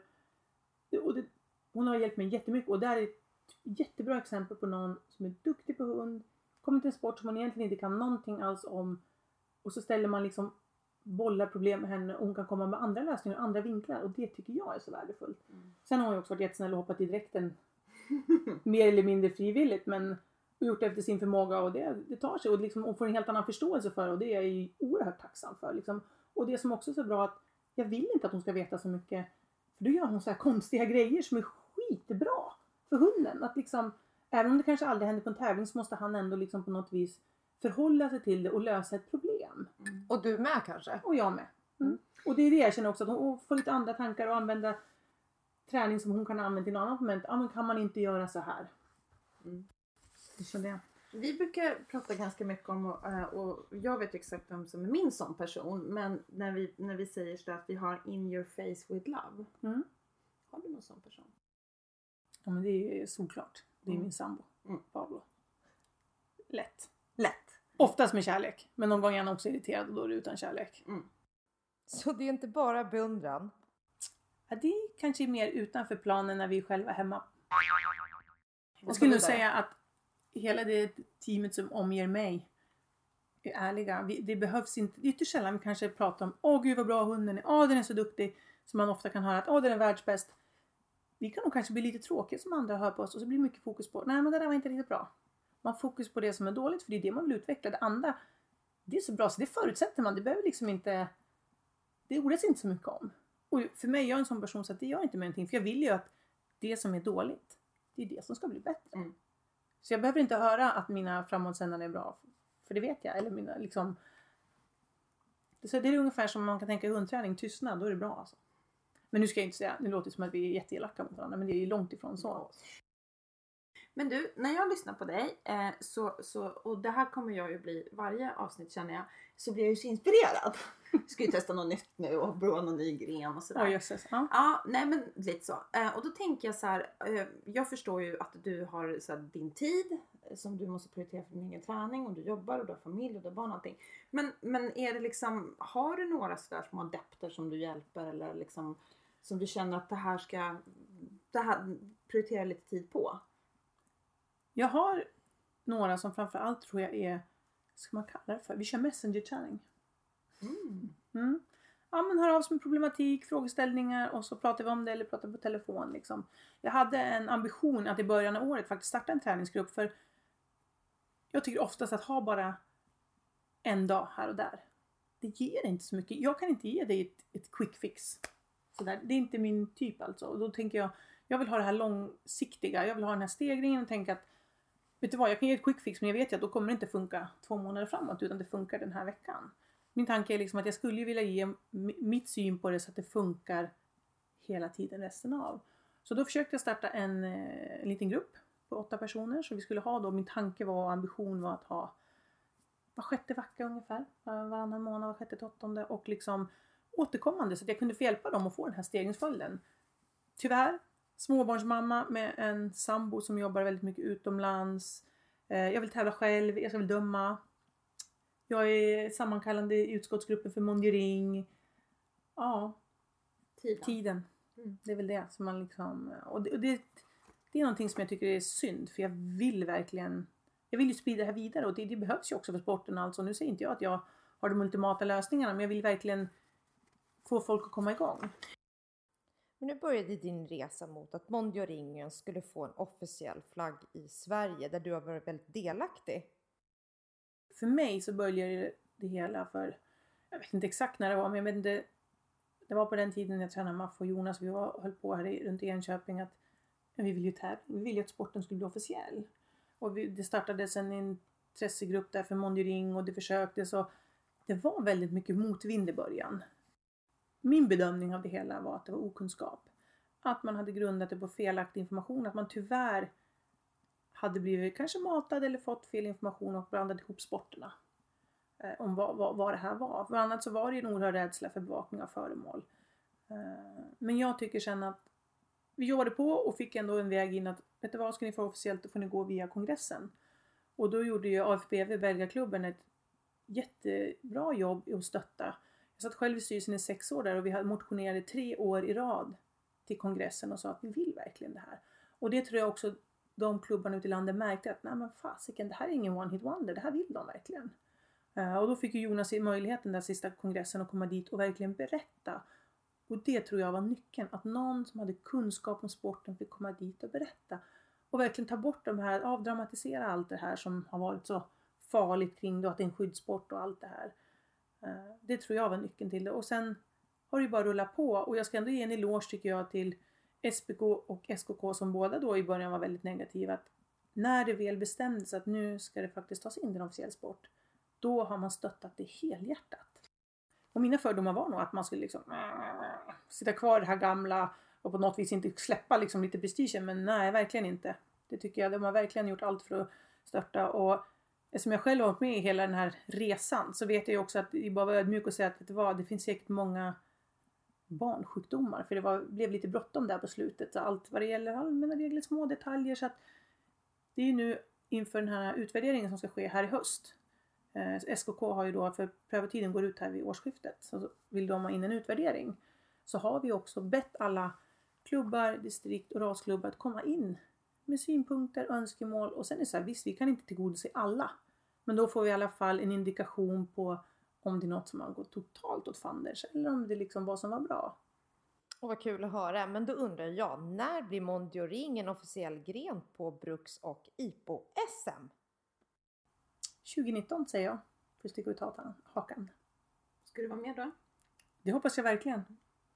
hon har hjälpt mig jättemycket. Och det här är ett jättebra exempel på någon som är duktig på hund. Kommer till en sport som man egentligen inte kan någonting alls om. Och så ställer man liksom bollar problem med henne. Och hon kan komma med andra lösningar och andra vinklar. Och det tycker jag är så värdefullt. Sen har hon ju också varit jättesnäll och hoppat i direkten. Mer eller mindre frivilligt. Men gjort efter sin förmåga och det tar sig och liksom får en helt annan förståelse för och det är jag ju oerhört tacksam för liksom. Och det som också är så bra att jag vill inte att hon ska veta så mycket för då gör hon så här konstiga grejer som är skitbra för hunden att liksom, även om det kanske aldrig händer på en tävling så måste han ändå liksom på något vis förhålla sig till det och lösa ett problem. Och du med kanske? Och jag med. Och det är det jag känner också att hon får lite andra tankar och använda träning som hon kan använda i något annat moment. Ja men kan man inte göra så här? Vi brukar prata ganska mycket om och jag vet exakt vem som är min sån person. Men när vi säger så att vi har in your face with love. Har du någon sån person? Ja men det är såklart. Det är min sambo. Pablo. Lätt. Oftast med kärlek. Men någon gång är han också irriterad och då är det utan kärlek. Så det är inte bara beundran? Ja, det är kanske mer utanför planen när vi är själva hemma. Jag skulle nog säga att hela det teamet som omger mig är ärliga. Det behövs inte, det är ytterst sällan vi kanske pratar om åh gud vad bra hunden är, den är så duktig. Som man ofta kan höra att den är världsbäst. Vi kan nog kanske bli lite tråkiga som andra hör på oss och så blir mycket fokus på nej men det där var inte riktigt bra. Man fokus på det som är dåligt för det är det man vill utveckla. Det andra, det är så bra så det förutsätter man. Det behöver liksom inte, det ordas inte så mycket om. Och för mig, jag är en sån person så att det gör inte med någonting. För jag vill ju att det som är dåligt, det är det som ska bli bättre. Så jag behöver inte höra att mina framåtsändare är bra. För det vet jag. Eller mina liksom. Så det är ungefär som man kan tänka i hundträning. Tystnad, då är det bra alltså. Men nu ska jag inte säga, nu låter det som att vi är jätteelaka mot varandra. Men det är ju långt ifrån så. Men du, när jag lyssnar på dig och det här kommer jag ju bli varje avsnitt känner jag, så blir jag ju så inspirerad. Ska ju testa något nytt nu och prova någon ny gren och sådär. Jösses. Ja, nej men lite så. Och då tänker jag så här, jag förstår ju att du har så här, din tid som du måste prioritera för din egen träning och du jobbar och du har familj och du har barn och allting. Men är det liksom, har du några sådär små adepter som du hjälper eller liksom som du känner att det här prioriterar lite tid på? Jag har några som framförallt tror jag är, ska man kalla det för, vi kör messenger-träning. Ja men hör av sig med problematik, frågeställningar och så pratar vi om det eller pratar på telefon liksom. Jag hade en ambition att i början av året faktiskt starta en träningsgrupp för jag tycker oftast att ha bara en dag här och där. Det ger inte så mycket. Jag kan inte ge dig ett quick fix. Så där. Det är inte min typ alltså. Och då tänker jag vill ha det här långsiktiga. Jag vill ha den här stegringen och tänka att vet du vad, jag kan ge ett quick fix men jag vet ju att då kommer det inte funka 2 månader framåt utan det funkar den här veckan. Min tanke är liksom att jag skulle vilja ge mitt syn på det så att det funkar hela tiden resten av. Så då försökte jag starta en liten grupp på 8 personer. Så vi skulle ha då, min tanke var och ambition var att ha var 6:e vecka ungefär. Varannan månad, var 6:e till 8:e. Och liksom återkommande så att jag kunde få hjälpa dem att få den här stegringsföljden. Tyvärr, småbarnsmamma med en sambo som jobbar väldigt mycket utomlands. Jag vill tävla själv, jag ska väl döma. Jag är sammankallande i utskottsgruppen för Mondioring. Ja, tiden. Det är väl det som man liksom... Och det är någonting som jag tycker är synd. För jag vill ju sprida det här vidare. Och det behövs ju också för sporten. Alltså, nu säger inte jag att jag har de ultimata lösningarna. Men jag vill verkligen få folk att komma igång. Men nu började din resa mot att Mondioringen skulle få en officiell flagg i Sverige. Där du har varit väldigt delaktig. För mig så började det hela för... Jag vet inte exakt när det var. Men jag vet inte... Det var på den tiden jag tränade Maff och Jonas. Vi höll på här runt Enköping att vi vill ju tävla. Vi vill ju att sporten skulle bli officiell. Och det startades en intressegrupp där för Mondioring och det försöktes. Så det var väldigt mycket motvind i början. Min bedömning av det hela var att det var okunskap. Att man hade grundat det på felaktig information. Att man tyvärr hade blivit kanske matad eller fått fel information och blandat ihop sporterna. Om vad det här var. För annat så var det en oerhörd rädsla för bevakning av föremål. Men jag tycker sen att vi jobbade på och fick ändå en väg in att vet du vad, ska ni få officiellt då får ni gå via kongressen. Och då gjorde ju AFBV, Belgaklubben, ett jättebra jobb i att stötta. Jag satt själv i styrelsen i 6 år där och vi hade motionerade 3 år i rad till kongressen och sa att vi vill verkligen det här. Och det tror jag också de klubbarna ute i landet märkte att nej men fasiken, det här är ingen one hit wonder, det här vill de verkligen. Och då fick ju Jonas möjligheten där sista kongressen att komma dit och verkligen berätta. Och det tror jag var nyckeln. Att någon som hade kunskap om sporten fick komma dit och berätta. Och verkligen ta bort de här, avdramatisera allt det här som har varit så farligt kring då, att det är en skyddssport och allt det här. Det tror jag var nyckeln till det. Och sen har det ju bara rullat på. Och jag ska ändå ge en eloge tycker jag till SPK och SKK som båda då i början var väldigt negativa. Att när det väl bestämdes att nu ska det faktiskt tas in en officiell sport. Då har man stöttat det helhjärtat. Och mina fördomar var nog att man skulle liksom sitta kvar i det här gamla och på något vis inte släppa liksom lite prestigen. Men nej, verkligen inte. Det tycker jag, de har verkligen gjort allt för att stötta. Och eftersom jag själv har varit med i hela den här resan så vet jag ju också att det bara var ödmjuk att säga att det finns säkert många barnsjukdomar. För det blev lite bråttom där på slutet. Så allt vad det gäller allmänna regler, små detaljer. Så att det är ju nu inför den här utvärderingen som ska ske här i höst. SKK har ju då, för prövotiden går ut här vid årsskiftet, så vill de ha in en utvärdering. Så har vi också bett alla klubbar, distrikt och rasklubbar att komma in med synpunkter, önskemål. Och sen är det så här, visst vi kan inte tillgodose alla. Men då får vi i alla fall en indikation på om det är något som har gått totalt åt fanders. Eller om det liksom var som var bra. Och vad kul att höra. Men då undrar jag, när blir Mondioring en officiell gren på Bruks- och IPO-SM? 2019 säger jag. För att sticka ut hakan. Ska du vara med då? Det hoppas jag verkligen.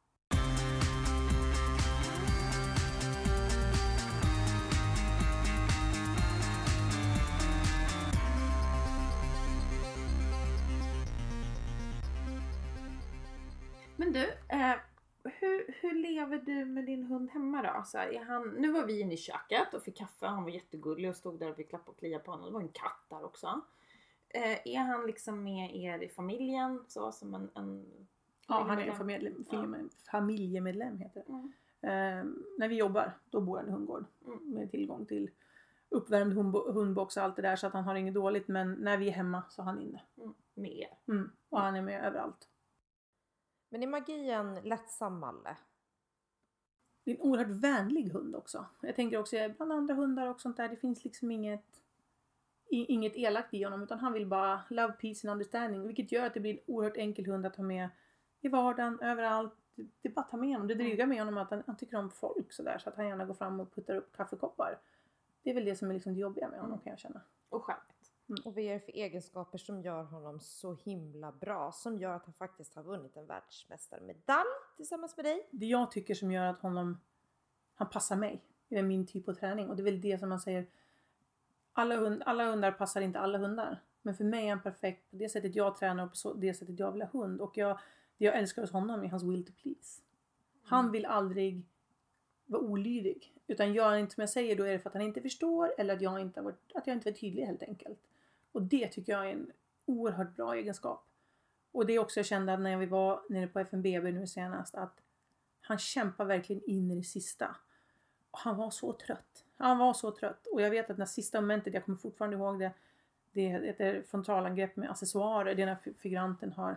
Men du, hur lever du med din hund hemma då? Så här, nu var vi inne i köket och fick kaffe. Han var jättegullig och stod där och vi klappade och kliade på honom. Det var en katt där också. Är han liksom med er i familjen? Så som en ja, han är en familjemedlem heter det. När vi jobbar, då bor han i hundgård. Med tillgång till uppvärmd hundbox och allt det där. Så att han har inget dåligt. Men när vi är hemma så är han inne. Med er. Och han är med överallt. Men är magien lättsam, Malle? Det är en oerhört vänlig hund också. Jag tänker också bland andra hundar och sånt där. Det finns liksom inget elakt i honom. Utan han vill bara love, peace and understanding. Vilket gör att det blir en oerhört enkel hund att ha med i vardagen, överallt. Det är bara att ta med honom. Det drygar med honom att han tycker om folk sådär. Så att han gärna går fram och puttar upp kaffekoppar. Det är väl det som är liksom det jobbiga med honom kan jag känna. Och charmigt. Och vad är det för egenskaper som gör honom så himla bra? Som gör att han faktiskt har vunnit en världsmästarmedalj tillsammans med dig? Det jag tycker som gör att han passar mig. Det är min typ av träning. Och det är väl det som man säger. Alla hundar passar inte alla hundar. Men för mig är han perfekt på det sättet jag tränar och på det sättet jag vill ha hund. Och det jag älskar hos honom är hans will to please. Han vill aldrig vara olydig. Utan gör han inte som jag säger, då är det för att han inte förstår. Eller att jag inte var tydlig helt enkelt. Och det tycker jag är en oerhört bra egenskap. Och det är också jag kände när vi var nere på FNBB nu senast, att han kämpar verkligen in i det sista. Och han var så trött. Han var så trött. Och jag vet att när sista momentet, jag kommer fortfarande ihåg det. Det heter frontalangrepp med accessoarer. Det är när figuranten har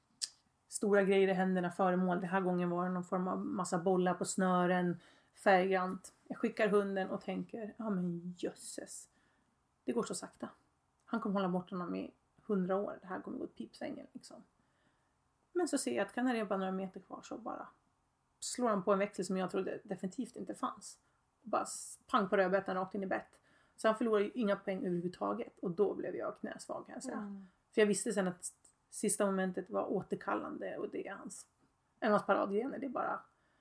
stora grejer i händerna före mål. Den här gången var det någon form av massa bollar på snören. Färggrant. Jag skickar hunden och tänker, ja men jösses. Det går så sakta. Han kommer hålla bort honom i 100 år. Det här kommer gå åt pipsvängen liksom. Men så ser jag att kan det bara några meter kvar så bara slår han på en växel som jag trodde definitivt inte fanns. Bara pang på rödbetan rakt in i bett. Så han förlorade ju inga poäng överhuvudtaget. Och då blev jag knäsvag kan jag säga. För jag visste sen att sista momentet var återkallande. Och det är en av hans paradgrejer. Det är bara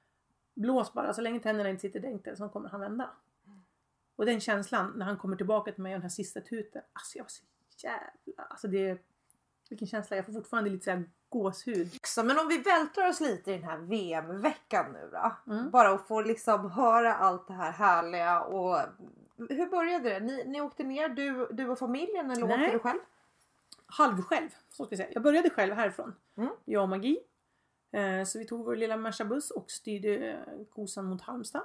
blås bara. Så länge tänderna inte sitter dänkte så kommer han vända. Och den känslan när han kommer tillbaka till mig och den här sista tuten. Alltså jag var så jävla... Alltså det är... Vilken känsla. Jag får fortfarande lite såhär gåshud. Men om vi vältrar oss lite i den här VM-veckan nu då. Bara att få liksom höra allt det här härliga. Och hur började det? Ni åkte ner, du och familjen, eller åkte du själv? Halv själv, så ska jag säga. Jag började själv härifrån. Jag och Magi. Så vi tog vår lilla Merca-buss och styrde kosan mot Halmstad.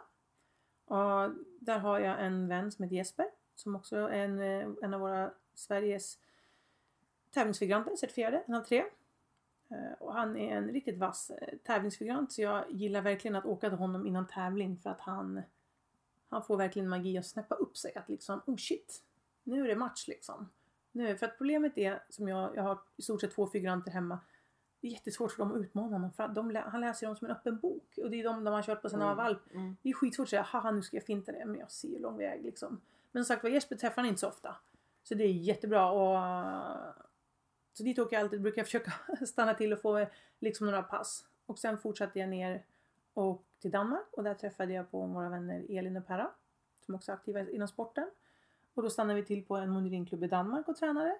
Och där har jag en vän som heter Jesper. Som också är en av våra Sveriges tävlingsfiguranter, certifierade, en av 3. Och han är en riktigt vass tävlingsfigurant. Så jag gillar verkligen att åka till honom innan tävling. För att han får verkligen magi att snäppa upp sig. Att liksom, oh shit, nu är det match liksom. För att problemet är, som jag har i stort sett 2 figuranter hemma. Det är jättesvårt för dem att utmana honom. För att han läser dem som en öppen bok. Och det är de har kört på sina valp. Det är skitsvårt att säga, haha nu ska jag finta det. Men jag ser ju lång väg liksom. Men som sagt var, Jesper träffar han inte så ofta. Så det är jättebra. Och så dit åker jag alltid. Brukar jag försöka stanna till och få liksom några pass. Och sen fortsatte jag ner och till Danmark. Och där träffade jag på våra vänner Elin och Perra. Som också är aktiva inom sporten. Och då stannade vi till på en monitoringklubb i Danmark och tränade.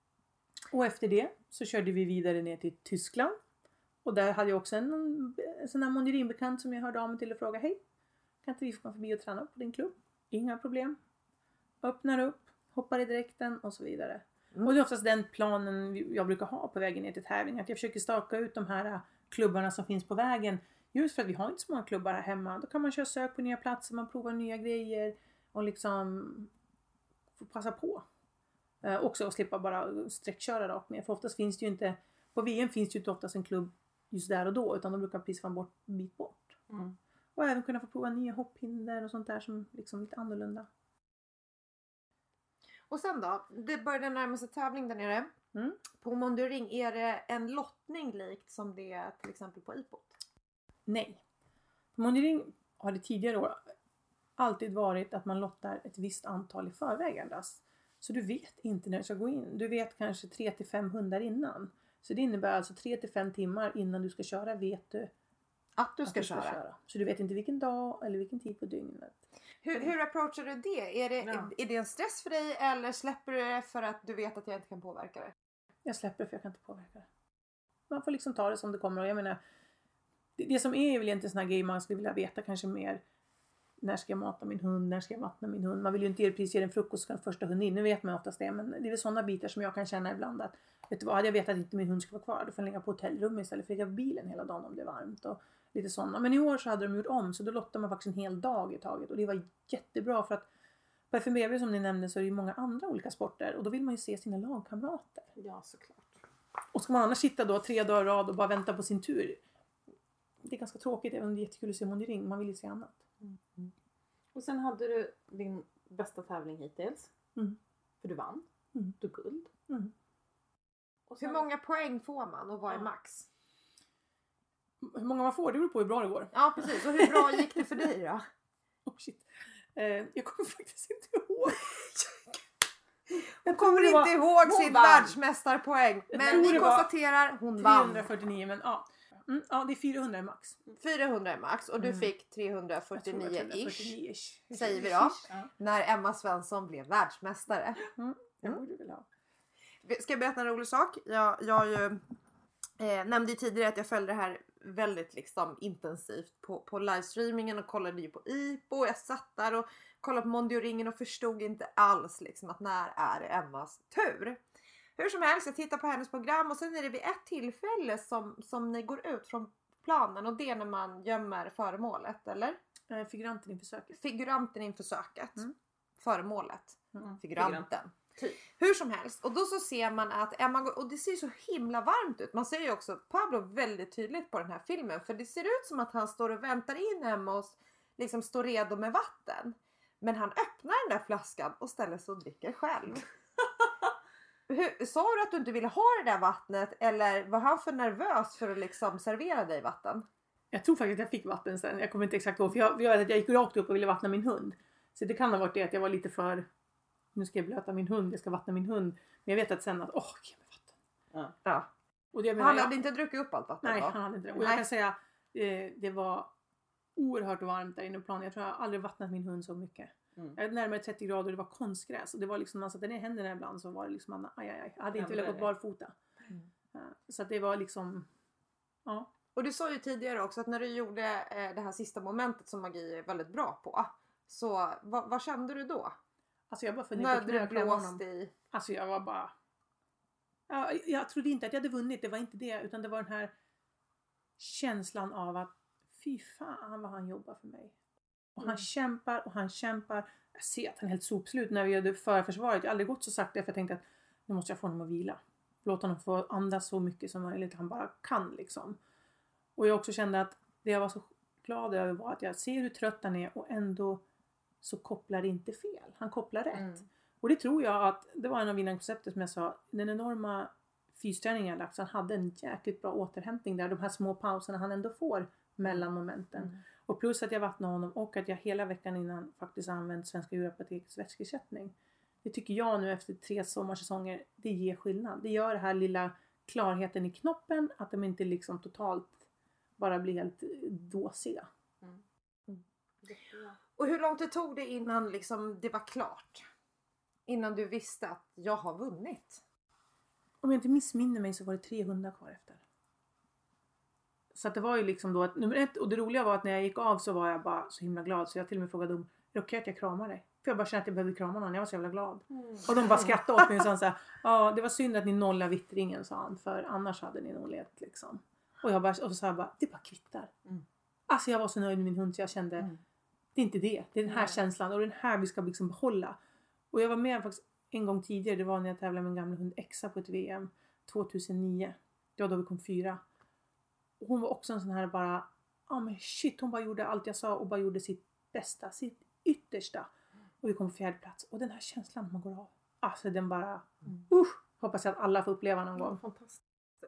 Och efter det så körde vi vidare ner till Tyskland. Och där hade jag också en sån här monitoringbekant som jag hörde av mig till och frågade. Hej, kan inte vi få komma förbi och träna på din klubb? Inga problem. Öppnar upp, hoppar i dräkten och så vidare. Och det är oftast den planen jag brukar ha på vägen ner till tävling. Att jag försöker staka ut de här klubbarna som finns på vägen. Just för att vi har inte så många klubbar här hemma. Då kan man köra sök på nya platser, man provar nya grejer. Och liksom får passa på. Också att slippa bara sträckköra rakt ner. För oftast finns det ju inte, på VM finns det ju inte oftast en klubb just där och då. Utan de brukar precis vara en bit bort. Och även kunna få prova nya hopphinder och sånt där som liksom lite annorlunda. Och sen då, det började närma sig tävling där nere. På monitoring, är det en lottning likt som det är till exempel på IPOT? Nej. På monitoring har det tidigare år alltid varit att man lottar ett visst antal i förväg endast. Så du vet inte när du ska gå in. Du vet kanske 3-5 hundar innan. Så det innebär alltså 3-5 timmar innan du ska köra vet du att du ska köra. Så du vet inte vilken dag eller vilken tid på dygnet. Hur approachar du det? Är det en stress för dig eller släpper du det för att du vet att jag inte kan påverka det? Jag släpper det för jag kan inte påverka det. Man får liksom ta det som det kommer. Och jag menar, det som är väl inte sån här grej man skulle vilja veta kanske mer. När ska jag mata min hund? När ska jag vattna min hund? Man vill ju inte precis ge den frukost ska den första hunden in. Nu vet man oftast det. Men det är väl sådana bitar som jag kan känna ibland. Att, vet du vad, hade jag vetat att inte min hund ska vara kvar. Då får den ligga på hotellrum istället för att ligga på bilen hela dagen om det är varmt. Och lite sådana. Men i år så hade de gjort om. Så då lottade man faktiskt en hel dag i taget. Och det var jättebra för att på FNBB som ni nämnde så är det ju många andra olika sporter. Och då vill man ju se sina lagkamrater. Ja, såklart. Och ska man annars sitta då 3 dagar i rad och bara vänta på sin tur. Det är ganska tråkigt även om det är jättekul att se monitoring. Man vill ju se annat. Och sen hade du din bästa tävling hittills. För du vann. Du guld. Och hur många poäng får man och vad är max? Hur många man får, det beror på hur bra det går. Ja, precis. Och hur bra gick det för dig då? Oh shit. Jag kommer faktiskt inte ihåg. Hon kommer inte ihåg sin världsmästarpoäng. Men vi konstaterar, hon vann. 349, men ja. Ja, det är 400 max. 400 max och du fick 349-ish. Säger vi då. Ja. När Emma Svensson blev världsmästare. Det borde du väl ha. Ska jag berätta en rolig sak? Jag nämnde tidigare att jag följde det här väldigt liksom intensivt på livestreamingen och kollade ju på IPO. Jag satt där och kollade på monitoringen och förstod inte alls liksom att när är Emmas tur. Hur som helst, jag tittar på hennes program och sen är det vid ett tillfälle som ni går ut från planen och det är när man gömmer föremålet, eller? Figuranten inför söket. Figuranten inför söket. Mm. Föremålet. Mm. Figuranten. Typ. Hur som helst. Och då så ser man att Emma går, och det ser så himla varmt ut. Man ser ju också Pablo väldigt tydligt på den här filmen. För det ser ut som att han står och väntar in Emma och liksom står redo med vatten. Men han öppnar den där flaskan och ställer sig och dricker själv. Sa du att du inte ville ha det där vattnet? Eller var han för nervös för att liksom servera dig vatten? Jag tror faktiskt att jag fick vatten sen. Jag kommer inte exakt ihåg. För jag vet att jag gick rakt upp och ville vattna min hund. Så det kan ha varit det att jag var lite för... Nu ska jag blöta min hund. Jag ska vattna min hund. Men jag vet att sen att... ge mig vatten. Ja. Och det, Han hade inte druckit upp allt vatten? Nej, då? han hade inte det. Och jag kan säga... det var oerhört varmt där inne på planen. Jag tror jag aldrig vattnat min hund så mycket. Jag hade närmare 30 grader och det var konstgräs. Och det var liksom... Man satte ner händerna ibland så var det liksom... Jag hade inte velat gå barfota. Så att det var liksom... Ja. Och du sa ju tidigare också att när du gjorde det här sista momentet som magi är väldigt bra på. Så vad kände du då? Alltså jag bara När du blåste i... Alltså jag var bara... Jag trodde inte att jag hade vunnit. Det var inte det. Utan det var den här känslan av att fy fan vad han jobbar för mig. Och han kämpar och han kämpar. Jag ser att han är helt sopslut när vi gjorde förförsvaret. Jag har aldrig gått så sakta för jag tänkte att nu måste jag få honom att vila. Låt honom få andas så mycket som möjligt han bara kan liksom. Och jag också kände att det jag var så glad över var att jag ser hur trött han är och ändå så kopplar det inte fel. Han kopplar rätt. Och det tror jag att det var en av vinnarkonceptet som jag sa. Den enorma fysträningen jag lagt så han hade en jäkligt bra återhämtning där. De här små pauserna han ändå får mellan momenten. Och plus att jag vattnade honom och att jag hela veckan innan faktiskt använt Svenska djurapotekets vätskeersättning. Det tycker jag nu efter 3 sommarsäsonger, det ger skillnad. Det gör det här lilla klarheten i knoppen. Att de inte liksom totalt bara blir helt dåsiga. Och hur långt det tog det innan liksom det var klart? Innan du visste att jag har vunnit? Om jag inte missminner mig så var det 3 hundar kvar efter. Så att det var ju liksom då att nummer 1. Och det roliga var att när jag gick av så var jag bara så himla glad. Så jag till och med frågade dem, är det okej att jag kramar dig? För jag bara kände att jag behövde krama någon. Jag var så jävla glad. Och de bara skrattade åt mig och sa så här, ja det var synd att ni nollade vittringen, sa han. För annars hade ni nog lett liksom. Och så sa jag bara, det bara kvittar. Alltså jag var så nöjd med min hund så jag kände, det är inte det. Det är den här känslan och den här vi ska liksom behålla. Och jag var med faktiskt en gång tidigare. Det var när jag tävlade med min gamla hund Exa på ett VM 2009. Det var då vi kom 4. Och hon var också en sån här bara, men shit, hon bara gjorde allt jag sa och bara gjorde sitt bästa, sitt yttersta. Och vi kom på 4:e plats. Och den här känslan när man går av. Alltså den bara, hoppas jag att alla får uppleva någon gång. Fantastiskt.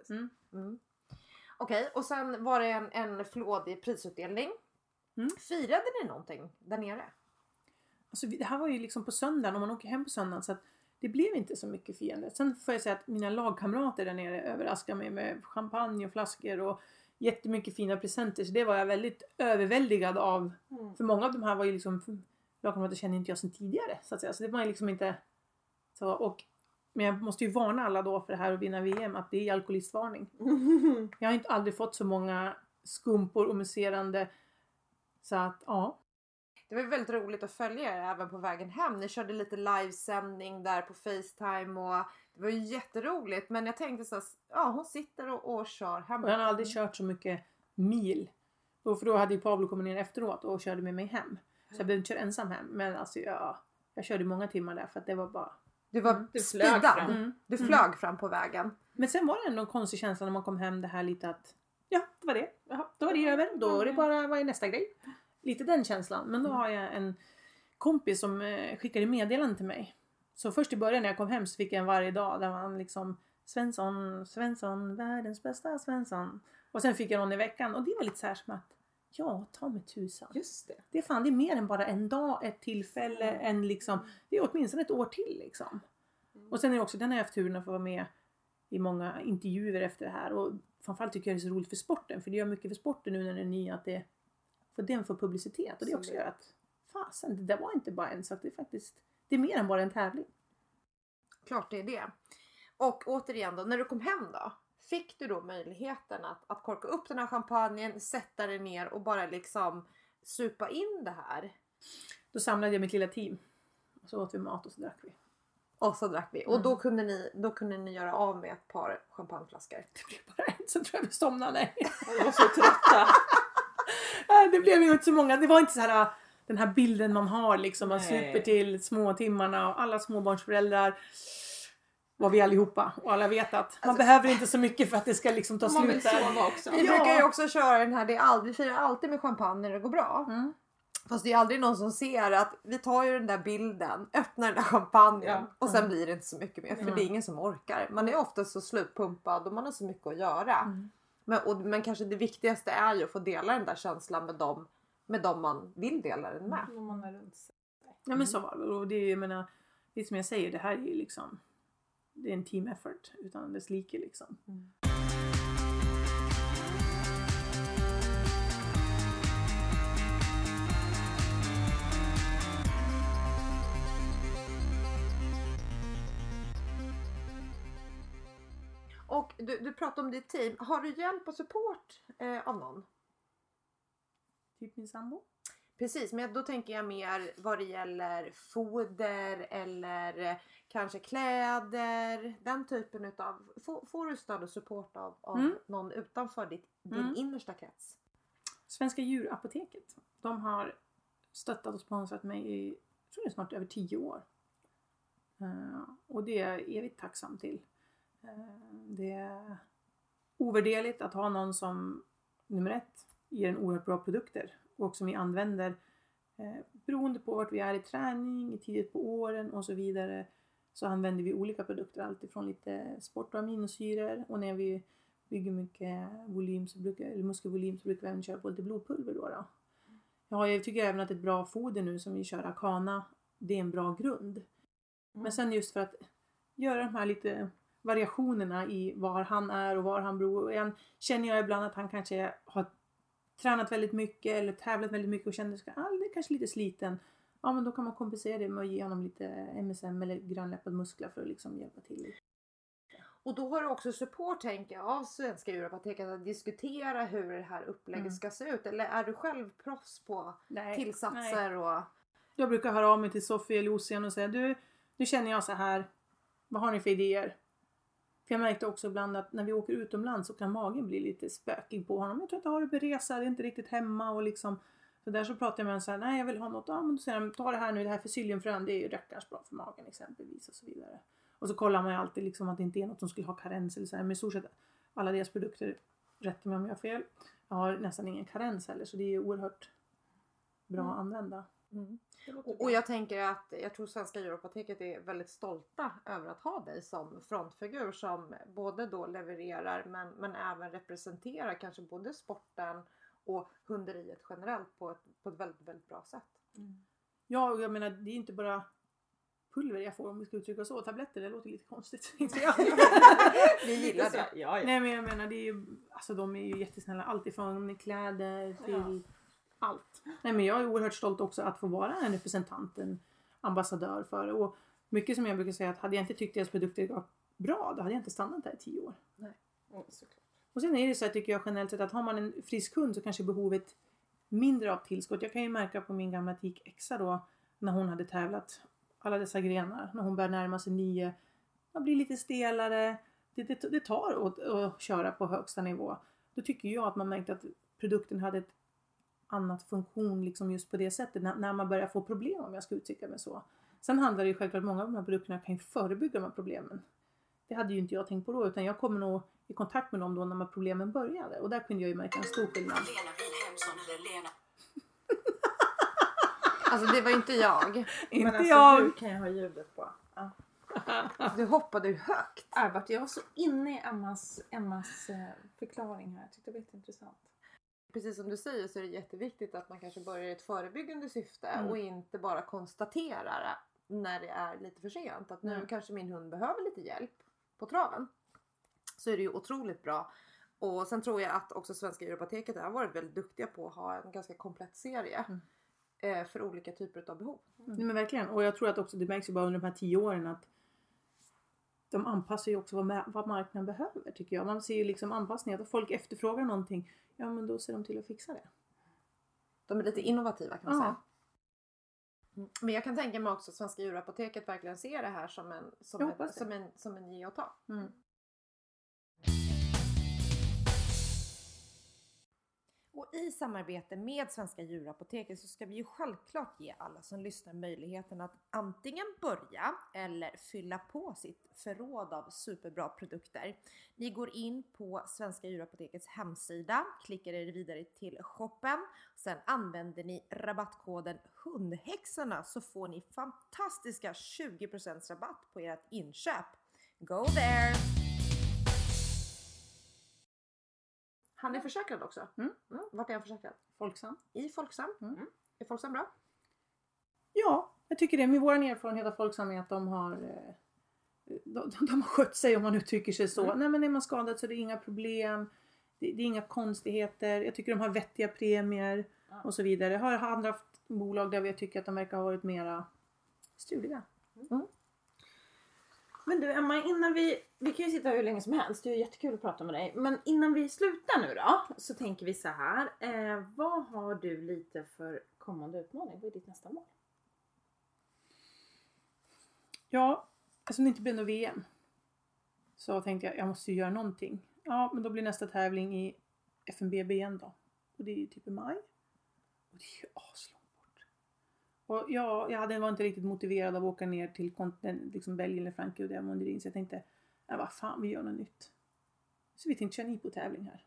Okej, och sen var det en flådig prisutdelning. Firade ni någonting där nere? Alltså det här var ju liksom på söndagen, om man åker hem på söndagen, så att det blev inte så mycket firande. Sen får jag säga att mina lagkamrater där nere överraskade mig med champagne och flaskor och jättemycket fina presenter. Så det var jag väldigt överväldigad av. För många av de här var ju liksom, lagkamrater kände inte jag sedan tidigare så att säga. Så det var ju liksom inte så. Men jag måste ju varna alla då för det här att vinna VM att det är alkoholistvarning. Jag har inte aldrig fått så många skumpor och muserande. Så att Det var väldigt roligt att följa er även på vägen hem. Ni körde lite livesändning där på FaceTime och det var ju jätteroligt. Men jag tänkte så här, hon sitter och kör hem. Och jag har aldrig kört så mycket mil. För då hade ju Pablo kommit ner efteråt och körde med mig hem. Så jag behövde inte köra ensam hem. Men alltså jag körde många timmar där för att det var bara... Du flög fram. Du flög fram på vägen. Men sen var det ändå en konstig känsla när man kom hem det här lite att... Ja, det var det. Jaha, då var det över. Då är det bara, vad är nästa grej? Lite den känslan. Men då har jag en kompis som skickade meddelanden till mig. Så först i början när jag kom hem så fick jag en varje dag. Där man liksom Svensson, världens bästa Svensson. Och sen fick jag någon i veckan. Och det var lite så här som att, ta med tusan. Just det. Det är mer än bara en dag, ett tillfälle. En liksom, det är åtminstone ett år till liksom. Och sen är det också, den har jag haft turen att få vara med i många intervjuer efter det här. Och framförallt tycker jag det är så roligt för sporten. För det gör mycket för sporten nu när den är ny att det... För den får publicitet. Och det också gör att fasen, det där var inte bara en sak. Det är faktiskt, det är mer än bara en tävling. Klart det är det. Och återigen då, när du kom hem då. Fick du då möjligheten att korka upp den här champagnen, sätta dig ner och bara liksom supa in det här? Då samlade jag mitt lilla team. Och så åt vi mat och så drack vi. Och så drack vi. Och då kunde ni göra av med ett par champagneflaskor. Det blev bara en, så tror jag vi somnade. Jag var så trötta. Det blev ju inte så många. Det var inte så här den här bilden man har liksom. Man Nej. super till små timmarna och alla småbarnsföräldrar var vi allihopa. Och alla vet att man behöver inte så mycket för att det ska liksom ta Man slut vill där. sova också. Vi brukar ju också köra den här, vi firar alltid med champagne när det går bra. Mm. Fast det är aldrig någon som ser att vi tar ju den där bilden, öppnar den där champagnen Ja. och sen blir det inte så mycket mer. För det är ingen som orkar. Man är ofta så slutpumpad och man har så mycket att göra. Men kanske det viktigaste är ju att få dela den där känslan med dem man vill dela den med. När man är runt sig. Ja men så var det. Och det är, jag menar, det är som jag säger, det här är ju liksom, det är en team effort utan dess like liksom. Och du pratar om ditt team. Har du hjälp och support av någon? Typ min sambo. Precis, men då tänker jag mer vad det gäller foder eller kanske kläder. Den typen utav... Får du stöd och support av någon utanför din innersta krets? Svenska djurapoteket. De har stöttat och sponsrat mig i, jag tror det är snart över 10 år. Och det är jag evigt tacksam till. Det är ovärderligt att ha någon som nummer 1 ger en oerhört bra produkter. Och som vi använder beroende på vart vi är i träning, i tidigt på åren och så vidare. Så använder vi olika produkter. Alltifrån lite sport och aminosyror. Och när vi bygger mycket volym muskelvolym så brukar vi även köra på lite blodpulver då. Ja, jag tycker även att ett bra foder nu som vi kör Akana, det är en bra grund. Men sen just för att göra de här lite variationerna i var han är och var han bor. Och känner jag ibland att han kanske har tränat väldigt mycket eller tävlat väldigt mycket och känner sig kanske lite sliten. Ja, men då kan man kompensera det med att ge honom lite MSM eller grönläppad muskler för att liksom hjälpa till. Och då har du också support, tänker jag, av Svenska djurapoteket att diskutera hur det här upplägget ska se ut. Eller är du själv proffs på tillsatser? Och... Jag brukar höra av mig till Sofie eller Ocean och säga, nu känner jag så här, vad har ni för idéer? För jag märkte också ibland att när vi åker utomlands så kan magen bli lite spökig på honom. Jag tror att jag har det på resa, det är inte riktigt hemma och liksom. Så där så pratar jag med honom så här, nej jag vill ha något, men då säger han, ta det här nu, det här för psylliumfrön, det är ju röckars bra för magen exempelvis och så vidare. Och så kollar man ju alltid liksom att det inte är något som skulle ha karens eller så här, men i stort sett alla deras produkter, rätta mig om jag har fel, jag har nästan ingen karens heller, så det är ju oerhört bra att använda. Och jag tänker att jag tror Svenska djurapoteket är väldigt stolta över att ha dig som frontfigur som både då levererar men även representerar kanske både sporten och hunderiet generellt på ett väldigt, väldigt bra sätt. Ja, och jag menar det är inte bara pulver jag får, om vi ska uttrycka så. Tabletter, det låter lite konstigt. Vi gillar det. Ja. Nej, men jag menar det är ju, alltså de är ju jättesnälla, allt ifrån kläder till allt. Nej, men jag är oerhört stolt också att få vara en representant, en ambassadör för det. Och mycket som jag brukar säga, att hade jag inte tyckt deras produkter var bra, då hade jag inte stannat där i 10 år. Nej. Såklart. Och sen är det så här, tycker jag generellt sett, att har man en frisk hund så kanske behovet mindre av tillskott. Jag kan ju märka på min gamla tik Exa då, när hon hade tävlat alla dessa grenar, när hon börjar närma sig 9, man blir lite stelare, det tar att köra på högsta nivå. Då tycker jag att man märkte att produkten hade ett annat funktion liksom just på det sättet, när man börjar få problem, om jag ska uttrycka mig så. Sen handlar det ju självklart, många av de här produkterna kan ju förebygga de här problemen. Det hade ju inte jag tänkt på då, utan jag kommer nog i kontakt med dem då när problemen började. Och där kunde jag ju märka en stor skillnad. Lena Wilhelmsson eller Lena. Alltså det var inte jag. Inte Men alltså, jag! hur kan jag ha ljudet på? Ja. Du hoppade ju högt. Jag var så inne i Emmas förklaring här. Jag tyckte det var jätteintressant. Precis som du säger så är det jätteviktigt att man kanske börjar i ett förebyggande syfte och inte bara konstaterar när det är lite för sent. Att nu kanske min hund behöver lite hjälp på traven. Så är det ju otroligt bra. Och sen tror jag att också Svenska djurapoteket har varit väldigt duktiga på att ha en ganska komplett serie. För olika typer av behov. Nej, men verkligen. Och jag tror att också det märks ju bara under de här 10 åren att de anpassar ju också vad marknaden behöver, tycker jag. Man ser ju liksom anpassningar. Att folk efterfrågar någonting, ja men då ser de till att fixa det. De är lite innovativa kan man säga. Men jag kan tänka mig också att Svenska djurapoteket verkligen ser det här som en ge och ta. Mm. Och i samarbete med Svenska djurapoteket så ska vi ju självklart ge alla som lyssnar möjligheten att antingen börja eller fylla på sitt förråd av superbra produkter. Ni går in på Svenska djurapotekets hemsida, klickar er vidare till shoppen, sen använder ni rabattkoden hundhäxorna så får ni fantastiska 20% rabatt på ert inköp. Go there! Han är försäkrad också. Vart är han försäkrad? Folksam. I Folksam. Är Folksam bra? Ja, jag tycker det. Med vår erfarenhet av Folksam är att de har skött sig, om man uttrycker sig så. Nej, men är man skadad så är det inga problem. Det är inga konstigheter. Jag tycker de har vettiga premier och så vidare. Jag har andra haft bolag där jag tycker att de verkar ha varit mera studiga. Men du Emma, innan vi kan ju sitta hur länge som helst, det är ju jättekul att prata med dig. Men innan vi slutar nu då, så tänker vi så här. Vad har du lite för kommande utmaning? Vad är ditt nästa mål? Ja, eftersom det inte blir något VM så tänkte jag måste ju göra någonting. Ja, men då blir nästa tävling i FNBB igen då. Och det är ju typ i maj. Och det är ju aslångt bort. Och jag var inte riktigt motiverad av att åka ner till liksom Belgien eller Frankrike och det Mondirin. Så jag tänkte, vad fan, vi gör något nytt. Så vi tänkte köra ni på tävling här.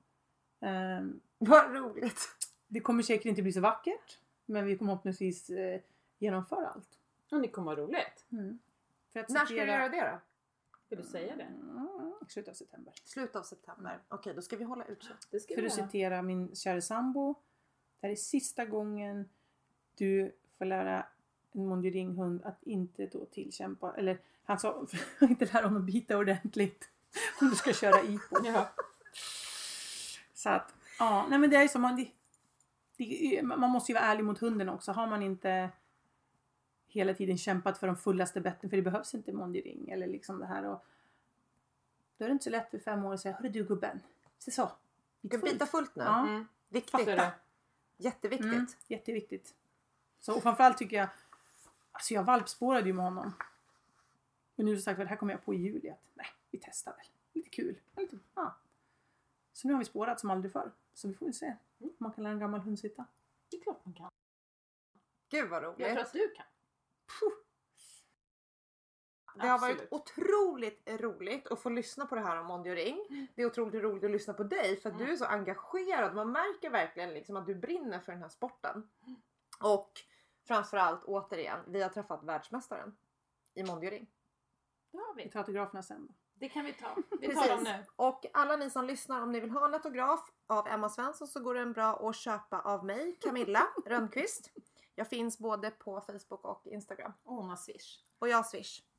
Vad roligt. Det kommer säkert inte bli så vackert. Men vi kommer förhoppningsvis genomföra allt. Och det kommer vara roligt. För att När ska du göra det då? Vill du säga det? Slutet av september. Slutet av september. Okej, då ska vi hålla utkik. Det ska För vi att göra. citera min kära sambo. Det här är sista gången du får lära en Mondiringhund att inte då tillkämpa. Eller han sa, inte lära honom bita ordentligt. Om du ska köra IPO. Ja. Så att, ja, nej men det är ju som man måste ju vara ärlig mot hunden också. Har man inte hela tiden kämpat för de fullaste betten, för det behövs inte Mondiring eller liksom det här. Och då är det inte så lätt för 5 år att säga, hörru du gubben, så. Du kan bita fullt nu. Ja. Viktigt. Fattar du? Jätteviktigt. Jätteviktigt. Så, och framförallt tycker jag, alltså jag valpspårade ju med honom. Och nu så sagt, det här kommer jag på i juli. Att, nej, vi testar väl. Lite kul. Lite, Så nu har vi spårat som aldrig förr. Så vi får väl se om man kan lära en gammal hund sitta. Det är klart man kan. Gud vad roligt. Jag tror att du kan. Det har varit Absolut. otroligt roligt att få lyssna på det här om Mondiring. Det är otroligt roligt att lyssna på dig för att du är så engagerad. Man märker verkligen liksom att du brinner för den här sporten. Och framförallt återigen, vi har träffat världsmästaren i Mondiring. Det har Vi vi. tar autograferna sen då. Det kan vi ta. Vi tar dem nu. Och alla ni som lyssnar, om ni vill ha en autograf av Emma Svensson så går den bra att köpa av mig, Camilla Rönnqvist. Jag finns både på Facebook och Instagram. Och hon har swish. Och jag Swish.